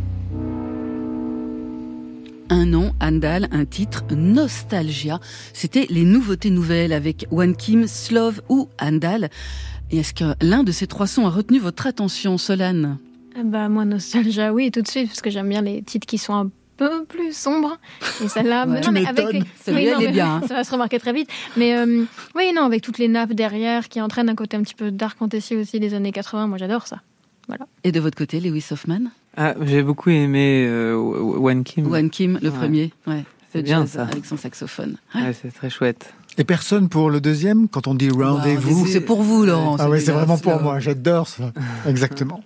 Un nom, Andal, un titre, Nostalgia. C'était les nouveautés nouvelles avec One Kim, Slove ou Andal. Et est-ce que l'un de ces trois sons a retenu votre attention, Solane ? Ah bah moi, Nostalgia, oui, tout de suite, parce que j'aime bien les titres qui sont un peu plus sombres. Et celle-là, Ouais. non, Tu mais m'étonnes. avec... Celui-là, non, il est mais bien, hein. Ça va se remarquer très vite. Mais euh, oui, non, avec toutes les nappes derrière qui entraînent un côté un petit peu dark fantasy aussi des années quatre-vingts, moi j'adore ça. Voilà. Et de votre côté, Lewis Hoffman ? Ah, j'ai beaucoup aimé euh, One Kim. One Kim, le Ouais. premier, ouais. C'est Le bien jazz ça. avec son saxophone. Ouais, c'est très chouette. Et personne pour le deuxième quand on dit rendez-vous. C'est pour vous, Laurent. Ah oui, c'est celui-là, vraiment pour celui-là. moi. J'adore ça. Exactement.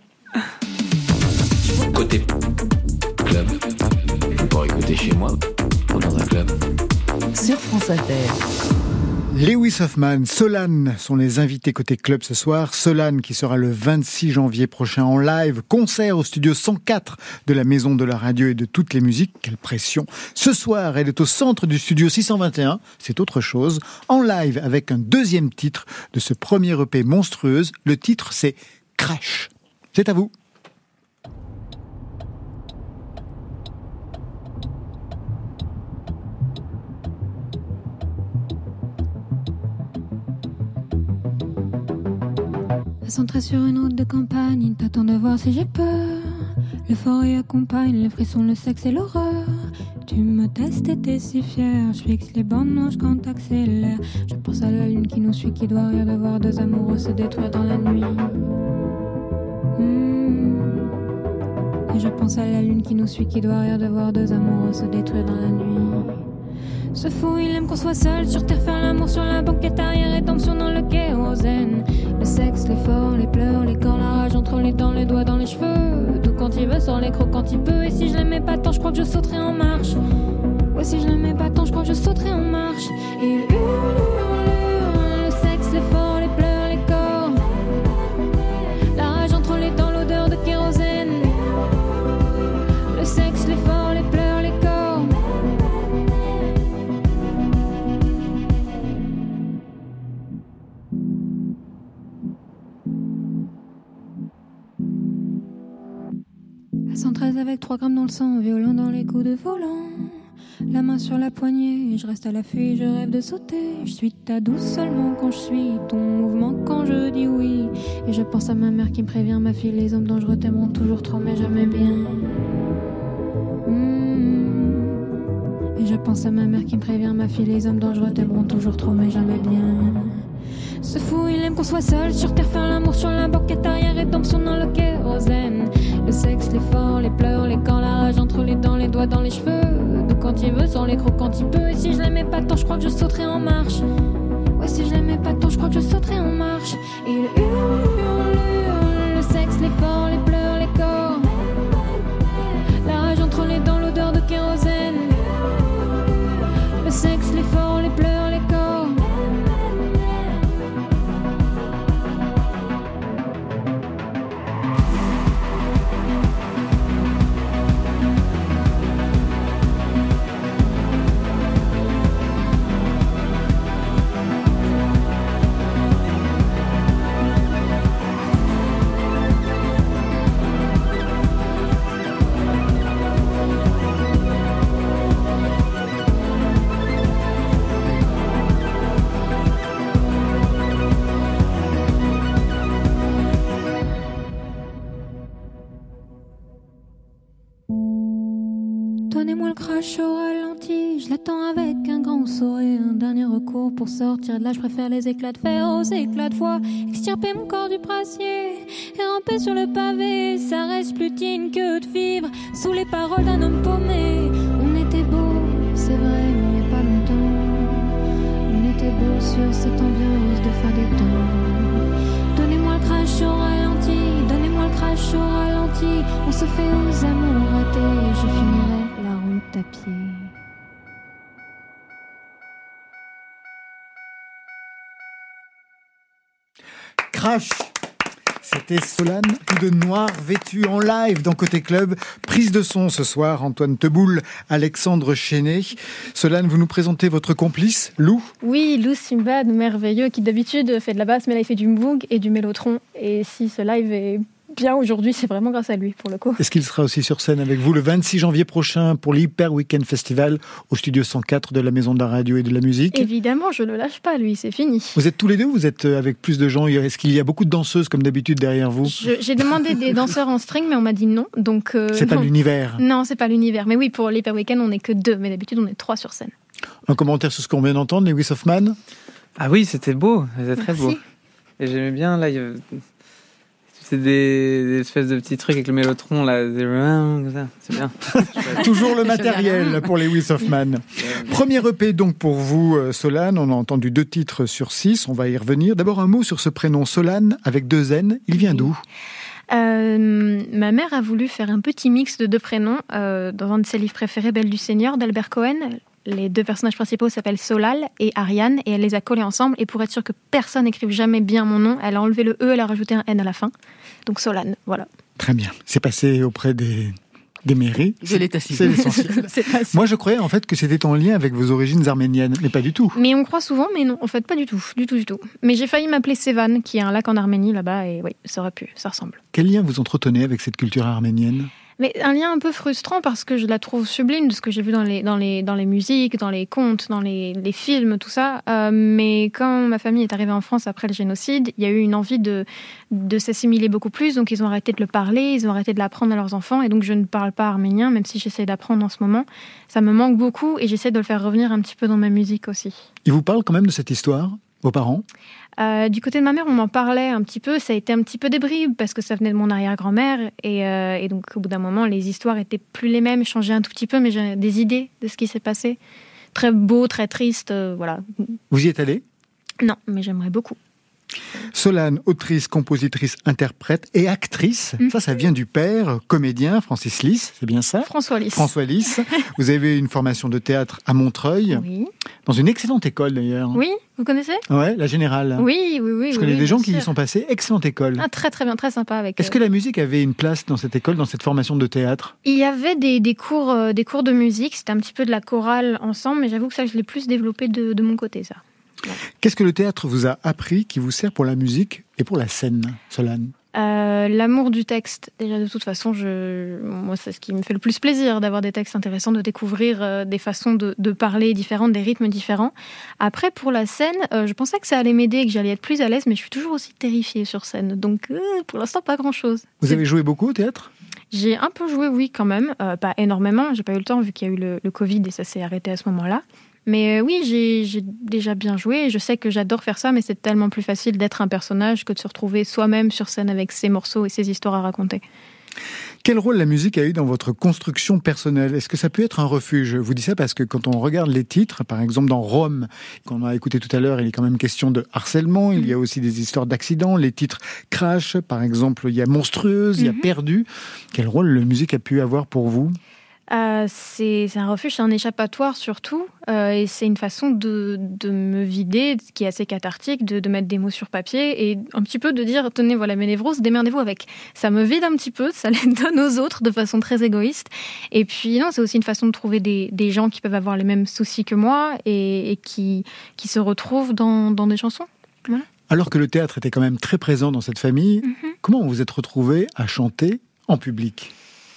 Côté club. Pour écouter chez moi ou dans un club. Sur France Inter. Lewis Hoffman, Solane sont les invités côté club ce soir. Solane qui sera le vingt-six janvier prochain en live, concert au studio cent quatre de la Maison de la Radio et de toutes les musiques. Quelle pression! Ce soir, elle est au centre du studio six cent vingt et un, c'est autre chose, en live avec un deuxième titre de ce premier E P Monstrueuse. Le titre, c'est Crash. C'est à vous. Centré sur une route de campagne, il t'attend de voir si j'ai peur. L'euphorie accompagne les frissons, le sexe et l'horreur. Tu me testes et t'es si fier. Je fixe les bandes manches quand t'accélères. Je pense à la lune qui nous suit, qui doit rire de voir deux amoureux se détruire dans la nuit. Mmh. Et je pense à la lune qui nous suit, qui doit rire de voir deux amoureux se détruire dans la nuit. Ce fou, il aime qu'on soit seul sur terre, faire l'amour sur la banquette arrière, rédemption dans le kérosène. Le sexe, l'effort, les pleurs, les corps, la rage entre les dents, les doigts dans les cheveux. Tout quand il veut, sans les crocs quand il peut. Et si je l'aimais pas tant, je crois que je sauterais en marche. Ouais, si je l'aimais pas tant, je crois que je sauterais en marche. Et il hurle, hurle, hurle, le sexe, l'effort, les pleurs, les corps. La rage entre les dents, l'odeur de kérosène. Le sexe, l'effort, les pleurs, les corps. cent treize avec trois grammes dans le sang, violent dans les coups de volant. La main sur la poignée, je reste à l'affût, je rêve de sauter. Je suis ta douce seulement quand je suis ton mouvement quand je dis oui. Et je pense à ma mère qui me prévient, ma fille, les hommes dangereux t'aimeront toujours trop mais jamais bien. Mmh. Et je pense à ma mère qui me prévient, ma fille, les hommes dangereux t'aimeront toujours trop mais jamais bien. Ce fou, il aime qu'on soit seul sur terre, faire l'amour sur la banquette arrière, rédemption dans le kérosène. Le sexe, l'effort, les pleurs, les corps, la rage entre les dents, les doigts dans les cheveux. De quand il veut, sans les crocs quand il peut. Et si je l'aimais pas tant, je crois que je sauterais en marche. Ouais, si je l'aimais pas tant, je crois que je sauterais en marche. Et il hurle, hurle, hurle, le sexe, l'effort, les pleurs, les corps. La rage entre les dents, l'odeur de kérosène. Le sexe, l'effort, les pleurs, les corps. Donnez-moi le crash au ralenti, je l'attends avec un grand sourire. Un dernier recours pour sortir de là, je préfère les éclats de fer aux éclats de foie. Extirper mon corps du brassier et ramper sur le pavé. Ça reste plus digne que de vivre sous les paroles d'un homme paumé. On était beau, c'est vrai, mais il n'y a pas longtemps. On était beau sur cette ambiance de fin des temps. Donnez-moi le crash au ralenti, donnez-moi le crash au ralenti. On se fait aux amours ratés, je finirai la route à pied. Crash. C'était Solane, tout de noir vêtu en live dans Côté Club. Prise de son ce soir, Antoine Teboul, Alexandre Chenet. Solane, vous nous présentez votre complice, Lou. Oui, Lou Simbad, merveilleux, qui d'habitude fait de la basse, mais là il fait du moog et du mélotron. Et si ce live est bien aujourd'hui, c'est vraiment grâce à lui, pour le coup. Est-ce qu'il sera aussi sur scène avec vous le vingt-six janvier prochain pour l'Hyper Weekend Festival au studio cent quatre de la Maison de la Radio et de la Musique? Évidemment, je ne le lâche pas, lui, c'est fini. Vous êtes tous les deux, vous êtes avec plus de gens? Est-ce qu'il y a beaucoup de danseuses comme d'habitude derrière vous? je, J'ai demandé des danseurs en string, mais on m'a dit non. Donc, euh, c'est pas non. l'univers? Non, c'est pas l'univers. Mais oui, pour l'Hyper Weekend, on n'est que deux, mais d'habitude, on est trois sur scène. Un commentaire sur ce qu'on vient d'entendre, Lewis Hoffman? Ah oui, c'était beau, c'était très Merci. beau. Et j'aimais bien, là, il y avait... c'est des, des espèces de petits trucs avec le mélotron, là, c'est bien. Toujours le matériel pour Lewis Hoffman. Premier E P donc pour vous, Solane, on a entendu deux titres sur six, on va y revenir. D'abord un mot sur ce prénom Solane avec deux N, il vient d'où? Euh, ma mère a voulu faire un petit mix de deux prénoms euh, dans un de ses livres préférés, Belle du Seigneur, d'Albert Cohen. Les deux personnages principaux s'appellent Solal et Ariane, et elle les a collés ensemble. Et pour être sûre que personne n'écrive jamais bien mon nom, elle a enlevé le E, elle a rajouté un N à la fin. Donc Solane, voilà. Très bien. C'est passé auprès des, des mairies. De l'état civil. C'est l'essentiel. C'est Moi, je croyais en fait que c'était en lien avec vos origines arméniennes, mais pas du tout. Mais on croit souvent, mais non, en fait, pas du tout. Du tout, du tout. Mais j'ai failli m'appeler Sevan, qui est un lac en Arménie là-bas, et oui, ça aurait pu, ça ressemble. Quel lien vous entretenez avec cette culture arménienne? Mais un lien un peu frustrant parce que je la trouve sublime de ce que j'ai vu dans les, dans les, dans les musiques, dans les contes, dans les, les films, tout ça. Euh, mais quand ma famille est arrivée en France après le génocide, il y a eu une envie de, de s'assimiler beaucoup plus. Donc ils ont arrêté de le parler, ils ont arrêté de l'apprendre à leurs enfants. Et donc je ne parle pas arménien, même si j'essaie d'apprendre en ce moment. Ça me manque beaucoup et j'essaie de le faire revenir un petit peu dans ma musique aussi. Ils vous parlent quand même de cette histoire, vos parents? Euh, du côté de ma mère, on m'en parlait un petit peu. Ça a été un petit peu des bribes parce que ça venait de mon arrière-grand-mère. Et, euh, et donc, au bout d'un moment, les histoires étaient plus les mêmes, changeaient un tout petit peu, mais j'ai des idées de ce qui s'est passé. Très beau, très triste, euh, voilà. Vous y êtes allé? Non, mais j'aimerais beaucoup. Solane, autrice, compositrice, interprète et actrice. Mmh. Ça, ça vient du père, comédien, Francis Lys, c'est bien ça? François Lys. François Lys. Vous avez une formation de théâtre à Montreuil. Oui. Dans une excellente école d'ailleurs. Oui, vous connaissez? Ouais, la Générale. Oui, oui, oui. Je connais oui, des gens qui sûr. y sont passés. Excellente école. Ah, très, très bien, très sympa. Avec. Est-ce que la musique avait une place dans cette école, dans cette formation de théâtre? Il y avait des, des, cours, euh, des cours de musique. C'était un petit peu de la chorale ensemble, mais j'avoue que ça, je l'ai plus développé de, de mon côté, ça. Ouais. Qu'est-ce que le théâtre vous a appris qui vous sert pour la musique et pour la scène, Solane? Euh, l'amour du texte. Déjà, de toute façon, je... moi, c'est ce qui me fait le plus plaisir, d'avoir des textes intéressants, de découvrir euh, des façons de, de parler différentes, des rythmes différents. Après, pour la scène, euh, je pensais que ça allait m'aider et que j'allais être plus à l'aise, mais je suis toujours aussi terrifiée sur scène. Donc, euh, pour l'instant, pas grand-chose. Vous avez joué beaucoup au théâtre? J'ai un peu joué, oui, quand même. Euh, pas énormément, j'ai pas eu le temps, vu qu'il y a eu le, le Covid et ça s'est arrêté à ce moment-là. Mais euh, oui, j'ai, j'ai déjà bien joué et je sais que j'adore faire ça, mais c'est tellement plus facile d'être un personnage que de se retrouver soi-même sur scène avec ses morceaux et ses histoires à raconter. Quel rôle la musique a eu dans votre construction personnelle? Est-ce que ça peut être un refuge? Je vous dis ça parce que quand on regarde les titres, par exemple dans Rome, qu'on a écouté tout à l'heure, il est quand même question de harcèlement, il y a aussi des histoires d'accidents, les titres Crash, par exemple, il y a Monstrueuse, mm-hmm. il y a Perdu. Quel rôle la musique a pu avoir pour vous? Euh, c'est, c'est un refuge, c'est un échappatoire surtout, euh, et c'est une façon de, de me vider, qui est assez cathartique, de, de mettre des mots sur papier et un petit peu de dire, tenez, voilà mes névroses, démerdez-vous avec. Ça me vide un petit peu, ça les donne aux autres de façon très égoïste. Et puis non, c'est aussi une façon de trouver des, des gens qui peuvent avoir les mêmes soucis que moi et, et qui, qui se retrouvent dans, dans des chansons. Voilà. Alors que le théâtre était quand même très présent dans cette famille, mm-hmm. comment vous vous êtes retrouvés à chanter en public?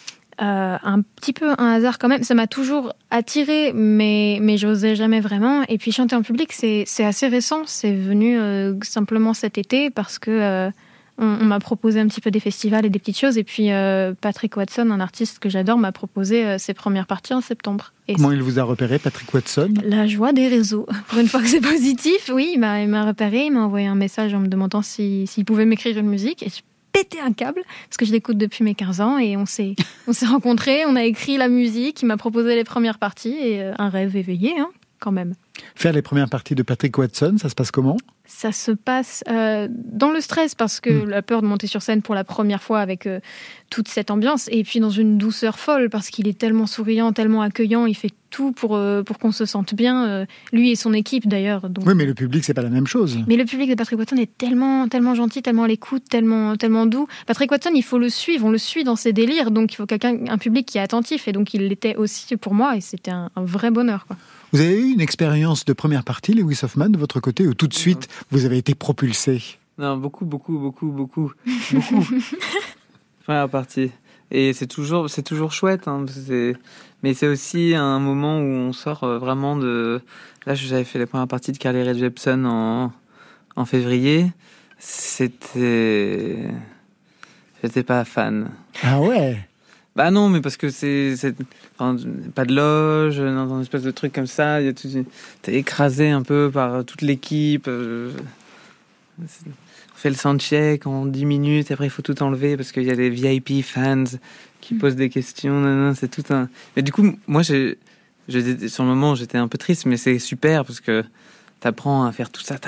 Euh, un petit peu un hasard quand même. Ça m'a toujours attirée, mais, mais j'osais jamais vraiment. Et puis chanter en public, c'est, c'est assez récent. C'est venu euh, simplement cet été parce que euh, on, on m'a proposé un petit peu des festivals et des petites choses. Et puis euh, Patrick Watson, un artiste que j'adore, m'a proposé euh, ses premières parties en septembre. Et comment il vous a repéré, Patrick Watson? La joie des réseaux. Pour une fois que c'est positif, oui, il m'a, il m'a repéré. Il m'a envoyé un message en me demandant si, s'il pouvait m'écrire une musique. Et je pété un câble, parce que je l'écoute depuis mes quinze ans, et on s'est, on s'est rencontrés, on a écrit la musique, il m'a proposé les premières parties, et euh, un rêve éveillé, hein, quand même. Faire les premières parties de Patrick Watson, ça se passe comment? Ça se passe euh, dans le stress, parce que mmh. la peur de monter sur scène pour la première fois avec euh, toute cette ambiance, et puis dans une douceur folle, parce qu'il est tellement souriant, tellement accueillant, il fait tout pour, euh, pour qu'on se sente bien, euh, lui et son équipe d'ailleurs. Donc... Oui, mais le public, c'est pas la même chose. Mais le public de Patrick Watson est tellement, tellement gentil, tellement à l'écoute, tellement, tellement doux. Patrick Watson, il faut le suivre, on le suit dans ses délires, donc il faut quelqu'un, un public qui est attentif, et donc il l'était aussi pour moi, et c'était un, un vrai bonheur, quoi. Vous avez eu une expérience de première partie, Lewis Hoffman, de votre côté, où tout de suite, vous avez été propulsé? Non, beaucoup, beaucoup, beaucoup, beaucoup, beaucoup. première partie. Et c'est toujours, c'est toujours chouette. Hein, c'est... Mais c'est aussi un moment où on sort vraiment de... Là, j'avais fait la première partie de Carly Rae Jepsen en, en février. C'était... J'étais pas fan. Ah ouais? Bah non, mais parce que c'est... c'est... Enfin, pas de loge, dans un espèce de truc comme ça. Il y a tout... T'es écrasé un peu par toute l'équipe. On fait le soundcheck en dix minutes, et après il faut tout enlever parce qu'il y a des V I P fans qui posent des questions. Non, non, c'est tout un... Mais du coup, moi, j'ai... j'ai... sur le moment, j'étais un peu triste, mais c'est super parce que t'apprends à faire tout ça.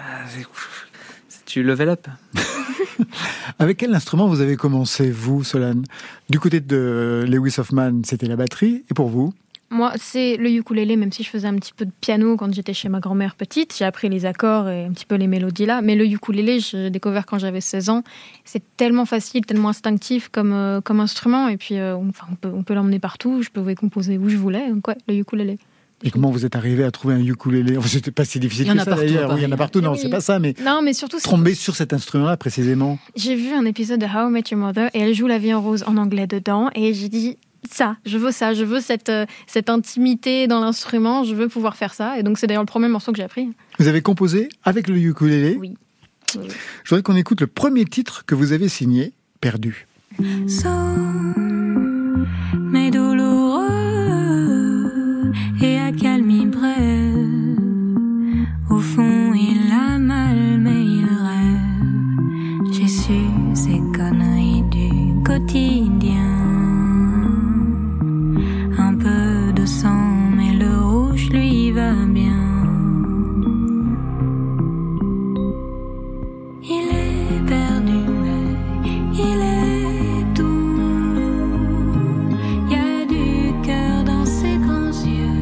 Tu level up. Avec quel instrument vous avez commencé, vous, Solane? Du côté de Lewis Hoffman, c'était la batterie, et pour vous? Moi, c'est le ukulélé, même si je faisais un petit peu de piano quand j'étais chez ma grand-mère petite. J'ai appris les accords et un petit peu les mélodies là. Mais le ukulélé, j'ai découvert quand j'avais seize ans. C'est tellement facile, tellement instinctif comme, euh, comme instrument. Et puis, euh, on, on peut, on peut l'emmener partout. Je pouvais composer où je voulais. Donc, ouais, le ukulélé. Et comment vous êtes arrivé à trouver un ukulélé? Enfin, c'était pas si difficile que ça d'ailleurs. Oui, il y en a partout. Non, oui. c'est pas ça, mais. Non, mais surtout. Tomber sur cet instrument-là précisément. J'ai vu un épisode de How I Met Your Mother et elle joue La Vie en rose en anglais dedans. Et j'ai dit, ça, je veux ça, je veux cette, euh, cette intimité dans l'instrument, je veux pouvoir faire ça. Et donc, c'est d'ailleurs le premier morceau que j'ai appris. Vous avez composé avec le ukulélé? Oui. oui. Je voudrais qu'on écoute le premier titre que vous avez signé, Perdu. Sans mais douloureux et accalmie brève. Au fond, il a mal, mais il rêve. J'ai su ces conneries du quotidien. Un peu de sang, mais le rouge lui va bien. Il est perdu, il est doux. Il y a du cœur dans ses grands yeux.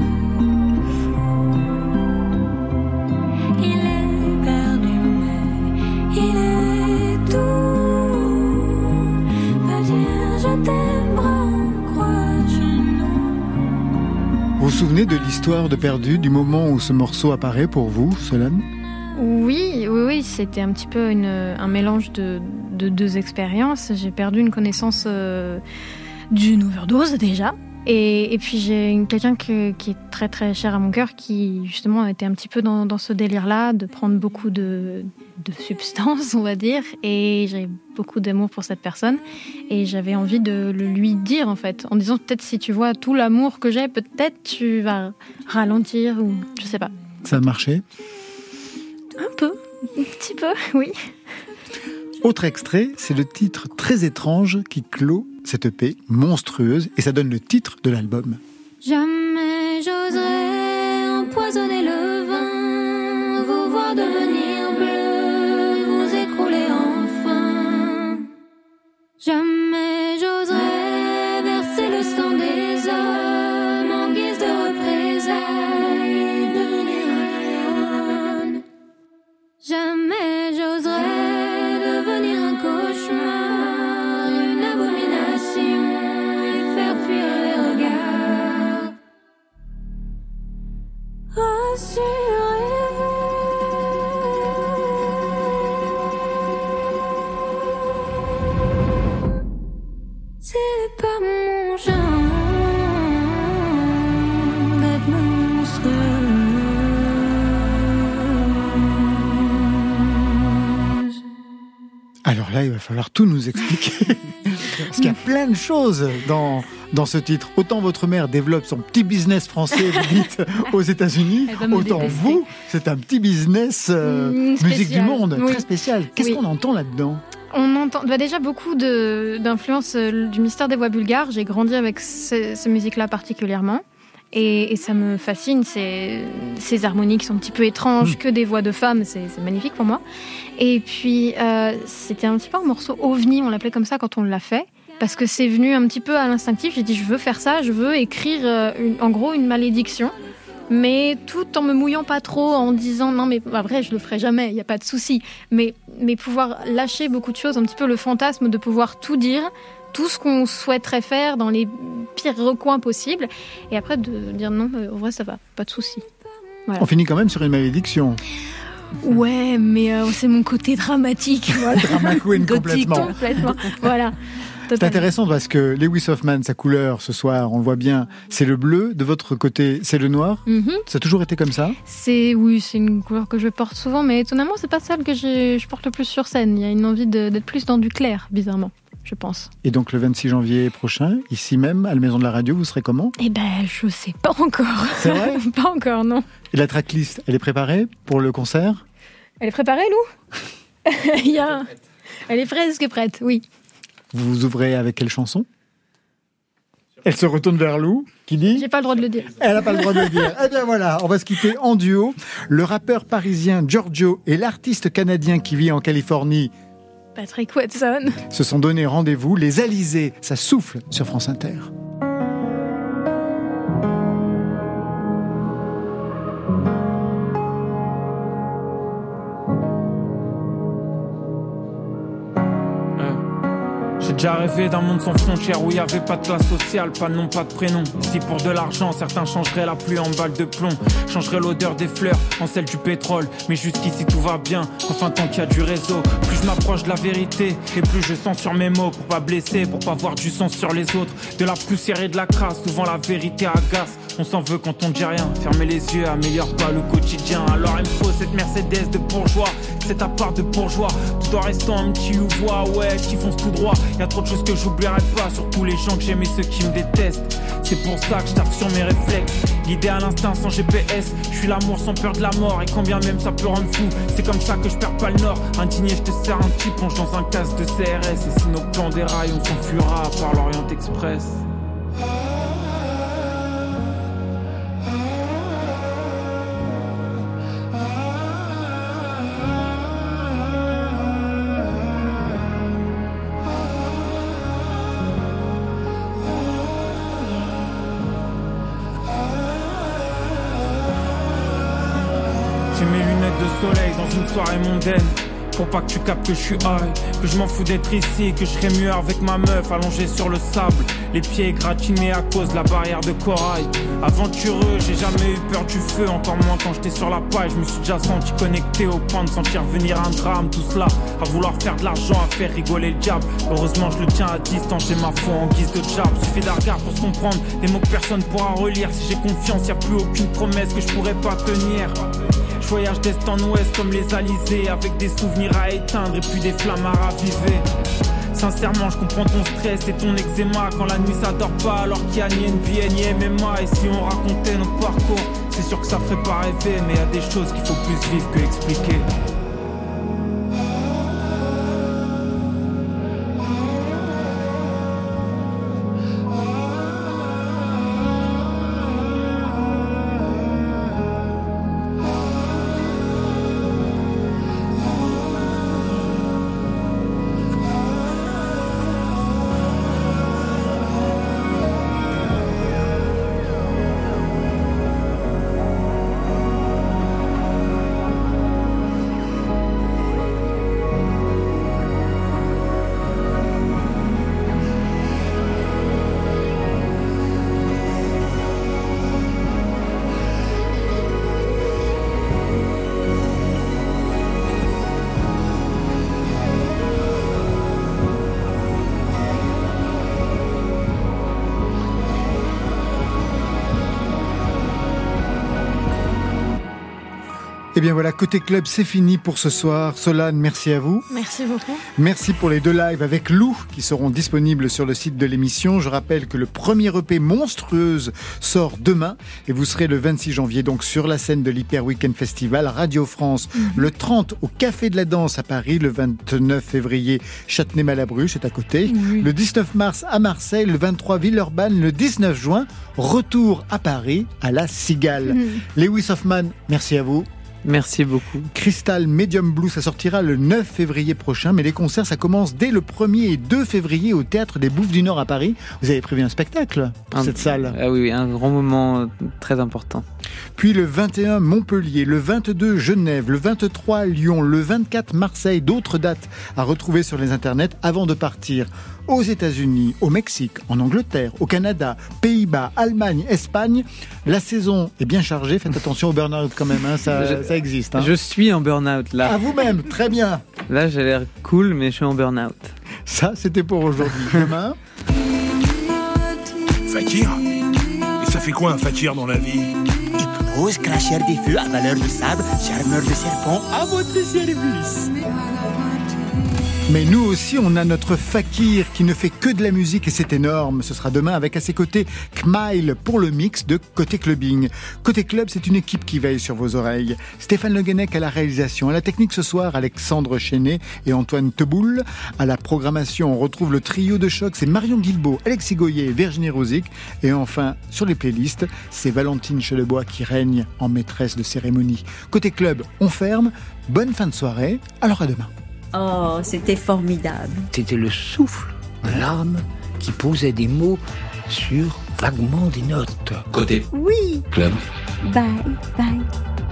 Il est perdu, il est doux. Va dire je t'aime, bras, crois genou. Vous vous souvenez de l'histoire de Perdu, du moment où ce morceau apparaît pour vous, Solane? Oui, oui, oui, c'était un petit peu une, un mélange de, de deux expériences. J'ai perdu une connaissance euh, d'une overdose déjà. Et, et puis j'ai une, quelqu'un que, qui est très très cher à mon cœur qui justement était un petit peu dans, dans ce délire-là, de prendre beaucoup de, de substances, on va dire. Et j'avais beaucoup d'amour pour cette personne. Et j'avais envie de le lui dire en fait, en disant peut-être si tu vois tout l'amour que j'ai, peut-être tu vas ralentir ou je sais pas. Ça a marché? Un peu, un petit peu, oui. Autre extrait, c'est le titre très étrange qui clôt cette E P monstrueuse et ça donne le titre de l'album. Jamais j'oserais empoisonner le vin, vous voir devenir bleu, vous écrouler enfin. Jamais j'oserais verser le sang des hommes en guise de représailles, devenir un lion. Jamais j'oserais devenir un cauchemar, une abomination et faire fuir les regards. Rassurez-vous, c'est pas mon genre d'être monstrueux. Alors là, il va falloir tout nous expliquer. Parce qu'il y a plein de choses dans, dans ce titre. Autant votre mère développe son petit business français, vous dites, aux États-Unis, autant détester. vous, c'est un petit business euh, Mmh, musique du spécial. monde, Oui. très spécial. Qu'est-ce Oui. qu'on entend là-dedans? On entend bah déjà beaucoup de, d'influences euh, du mystère des voix bulgares. J'ai grandi avec ce, ces musiques-là particulièrement. Et, et ça me fascine, ces, ces harmonies qui sont un petit peu étranges, Mmh. que des voix de femmes, c'est, c'est magnifique pour moi. Et puis, euh, c'était un petit peu un morceau ovni, on l'appelait comme ça quand on l'a fait, parce que c'est venu un petit peu à l'instinctif. J'ai dit, je veux faire ça, je veux écrire euh, une- en gros une malédiction, mais tout en me mouillant pas trop, en disant, non mais bah, vrai, je le ferai jamais, il n'y a pas de souci. Mais, mais pouvoir lâcher beaucoup de choses, un petit peu le fantasme de pouvoir tout dire, tout ce qu'on souhaiterait faire dans les pires recoins possibles, et après de dire non, euh, en vrai ça va, pas de souci. Voilà. On finit quand même sur une malédiction. Ouais, mais euh, c'est mon côté dramatique. Voilà. Drama queen complètement. complètement. Voilà. C'est intéressant parce que Lewis Hoffman, sa couleur ce soir, on le voit bien, c'est le bleu. De votre côté, c'est le noir. Mm-hmm. Ça a toujours été comme ça ? C'est oui, c'est une couleur que je porte souvent, mais étonnamment, c'est pas celle que je, je porte le plus sur scène. Il y a une envie de, d'être plus dans du clair, bizarrement, je pense. Et donc le vingt-six janvier prochain, ici même, à la Maison de la Radio, vous serez comment ? Eh ben, je sais pas encore. C'est vrai ? Pas encore, non. Et la tracklist, elle est préparée pour le concert ? Elle est préparée, Lou ? Il y a... Elle est presque prête, oui. Vous vous ouvrez avec quelle chanson ? Elle se retourne vers Lou, qui dit... J'ai pas le droit de le dire. Elle n'a pas le droit de le dire. Eh bien voilà, on va se quitter en duo. Le rappeur parisien Giorgio et l'artiste canadien qui vit en Californie, Patrick Watson, se sont donné rendez-vous. Les Alizés, ça souffle sur France Inter. J'ai déjà rêvé d'un monde sans frontières où il n'y avait pas de classe sociale, pas de nom, pas de prénom. Ici pour de l'argent, certains changeraient la pluie en balle de plomb, changeraient l'odeur des fleurs en celle du pétrole. Mais jusqu'ici tout va bien, enfin tant qu'il y a du réseau. Plus je m'approche de la vérité et plus je sens sur mes mots, pour pas blesser, pour pas voir du sang sur les autres. De la poussière et de la crasse, souvent la vérité agace. On s'en veut quand on dit rien, fermer les yeux améliore pas le quotidien. Alors il me faut cette Mercedes de bourgeois, c'est ta part de bourgeois. Tout en restant un petit ou-voix, ouais, qui fonce tout droit. Y'a trop de choses que j'oublierai pas, surtout les gens que j'aime et ceux qui me détestent. C'est pour ça que je tape sur mes réflexes, guidé à l'instinct sans G P S. Je suis l'amour sans peur de la mort, et quand bien même ça peut rendre fou, c'est comme ça que je perds pas le nord. Indigné, je te sers un petit plonge dans un casque de C R S. Et si nos plans déraillent, on s'enfuira par l'Orient Express. Soleil dans une soirée mondaine, pour pas que tu captes que je suis high, que je m'en fous d'être ici, que je serais mieux avec ma meuf allongée sur le sable, les pieds gratinés à cause de la barrière de corail. Aventureux, j'ai jamais eu peur du feu, encore moins quand j'étais sur la paille. Je me suis déjà senti connecté au point de sentir venir un drame. Tout cela à vouloir faire de l'argent, à faire rigoler le diable. Heureusement je le tiens à distance, j'ai ma foi en guise de jab. Suffit d'un regard pour se comprendre, des mots que personne pourra relire. Si j'ai confiance, y a plus aucune promesse que je pourrais pas tenir. Je voyage d'est en ouest comme les alizés, avec des souvenirs à éteindre et puis des flammes à raviver. Sincèrement je comprends ton stress et ton eczéma quand la nuit ça dort pas, alors qu'il y a ni N B A ni M M A. Et si on racontait notre parcours, c'est sûr que ça ferait pas rêver, mais y a des choses qu'il faut plus vivre que expliquer. Eh bien voilà, Côté Club, c'est fini pour ce soir. Solane, merci à vous. Merci beaucoup. Merci pour les deux lives avec Lou qui seront disponibles sur le site de l'émission. Je rappelle que le premier E P Monstrueuse sort demain et vous serez le vingt-six janvier donc sur la scène de l'Hyper Weekend Festival Radio France. Mmh. Le trente au Café de la Danse à Paris, le vingt-neuf février Châtenay-Malabru, c'est à côté. Oui. Le dix-neuf mars à Marseille, le vingt-trois Villeurbanne, le dix-neuf juin, retour à Paris à la Cigale. Mmh. Lewis Hoffman, merci à vous. Merci beaucoup. Crystal Medium Blue, ça sortira le neuf février prochain, mais les concerts, ça commence dès le premier et deux février au Théâtre des Bouffes du Nord à Paris. Vous avez prévu un spectacle pour un, cette salle? Ah oui, un grand moment très important. Puis le vingt et un Montpellier, le vingt-deux Genève, le vingt-trois Lyon, le vingt-quatre Marseille, d'autres dates à retrouver sur les internets avant de partir aux États-Unis, au Mexique, en Angleterre, au Canada, Pays-Bas, Allemagne, Espagne. La saison est bien chargée, faites attention au burn-out quand même, hein, ça, je, ça existe. Hein. Je suis en burn-out là. À vous-même, très bien. Là, j'ai l'air cool, mais je suis en burn-out. Ça, c'était pour aujourd'hui. Demain. Fakir ? Et ça fait quoi un fakir dans la vie ? Hypnose, cracheur des feux, avaleur de sable, charmeur de serpent, à votre service. Mais nous aussi, on a notre fakir qui ne fait que de la musique et c'est énorme. Ce sera demain avec à ses côtés Kmail pour le mix de Côté Clubbing. Côté Club, c'est une équipe qui veille sur vos oreilles. Stéphane Le Guenec à la réalisation. À la technique ce soir, Alexandre Chenet et Antoine Teboul. À la programmation, on retrouve le trio de choc. C'est Marion Guilbault, Alexis Goyer et Virginie Rosic. Et enfin, sur les playlists, c'est Valentine Chelebois qui règne en maîtresse de cérémonie. Côté Club, on ferme. Bonne fin de soirée. Alors à demain. Oh, c'était formidable. C'était le souffle de l'âme qui posait des mots sur vaguement des notes. Côté Oui. Club. Bye, bye.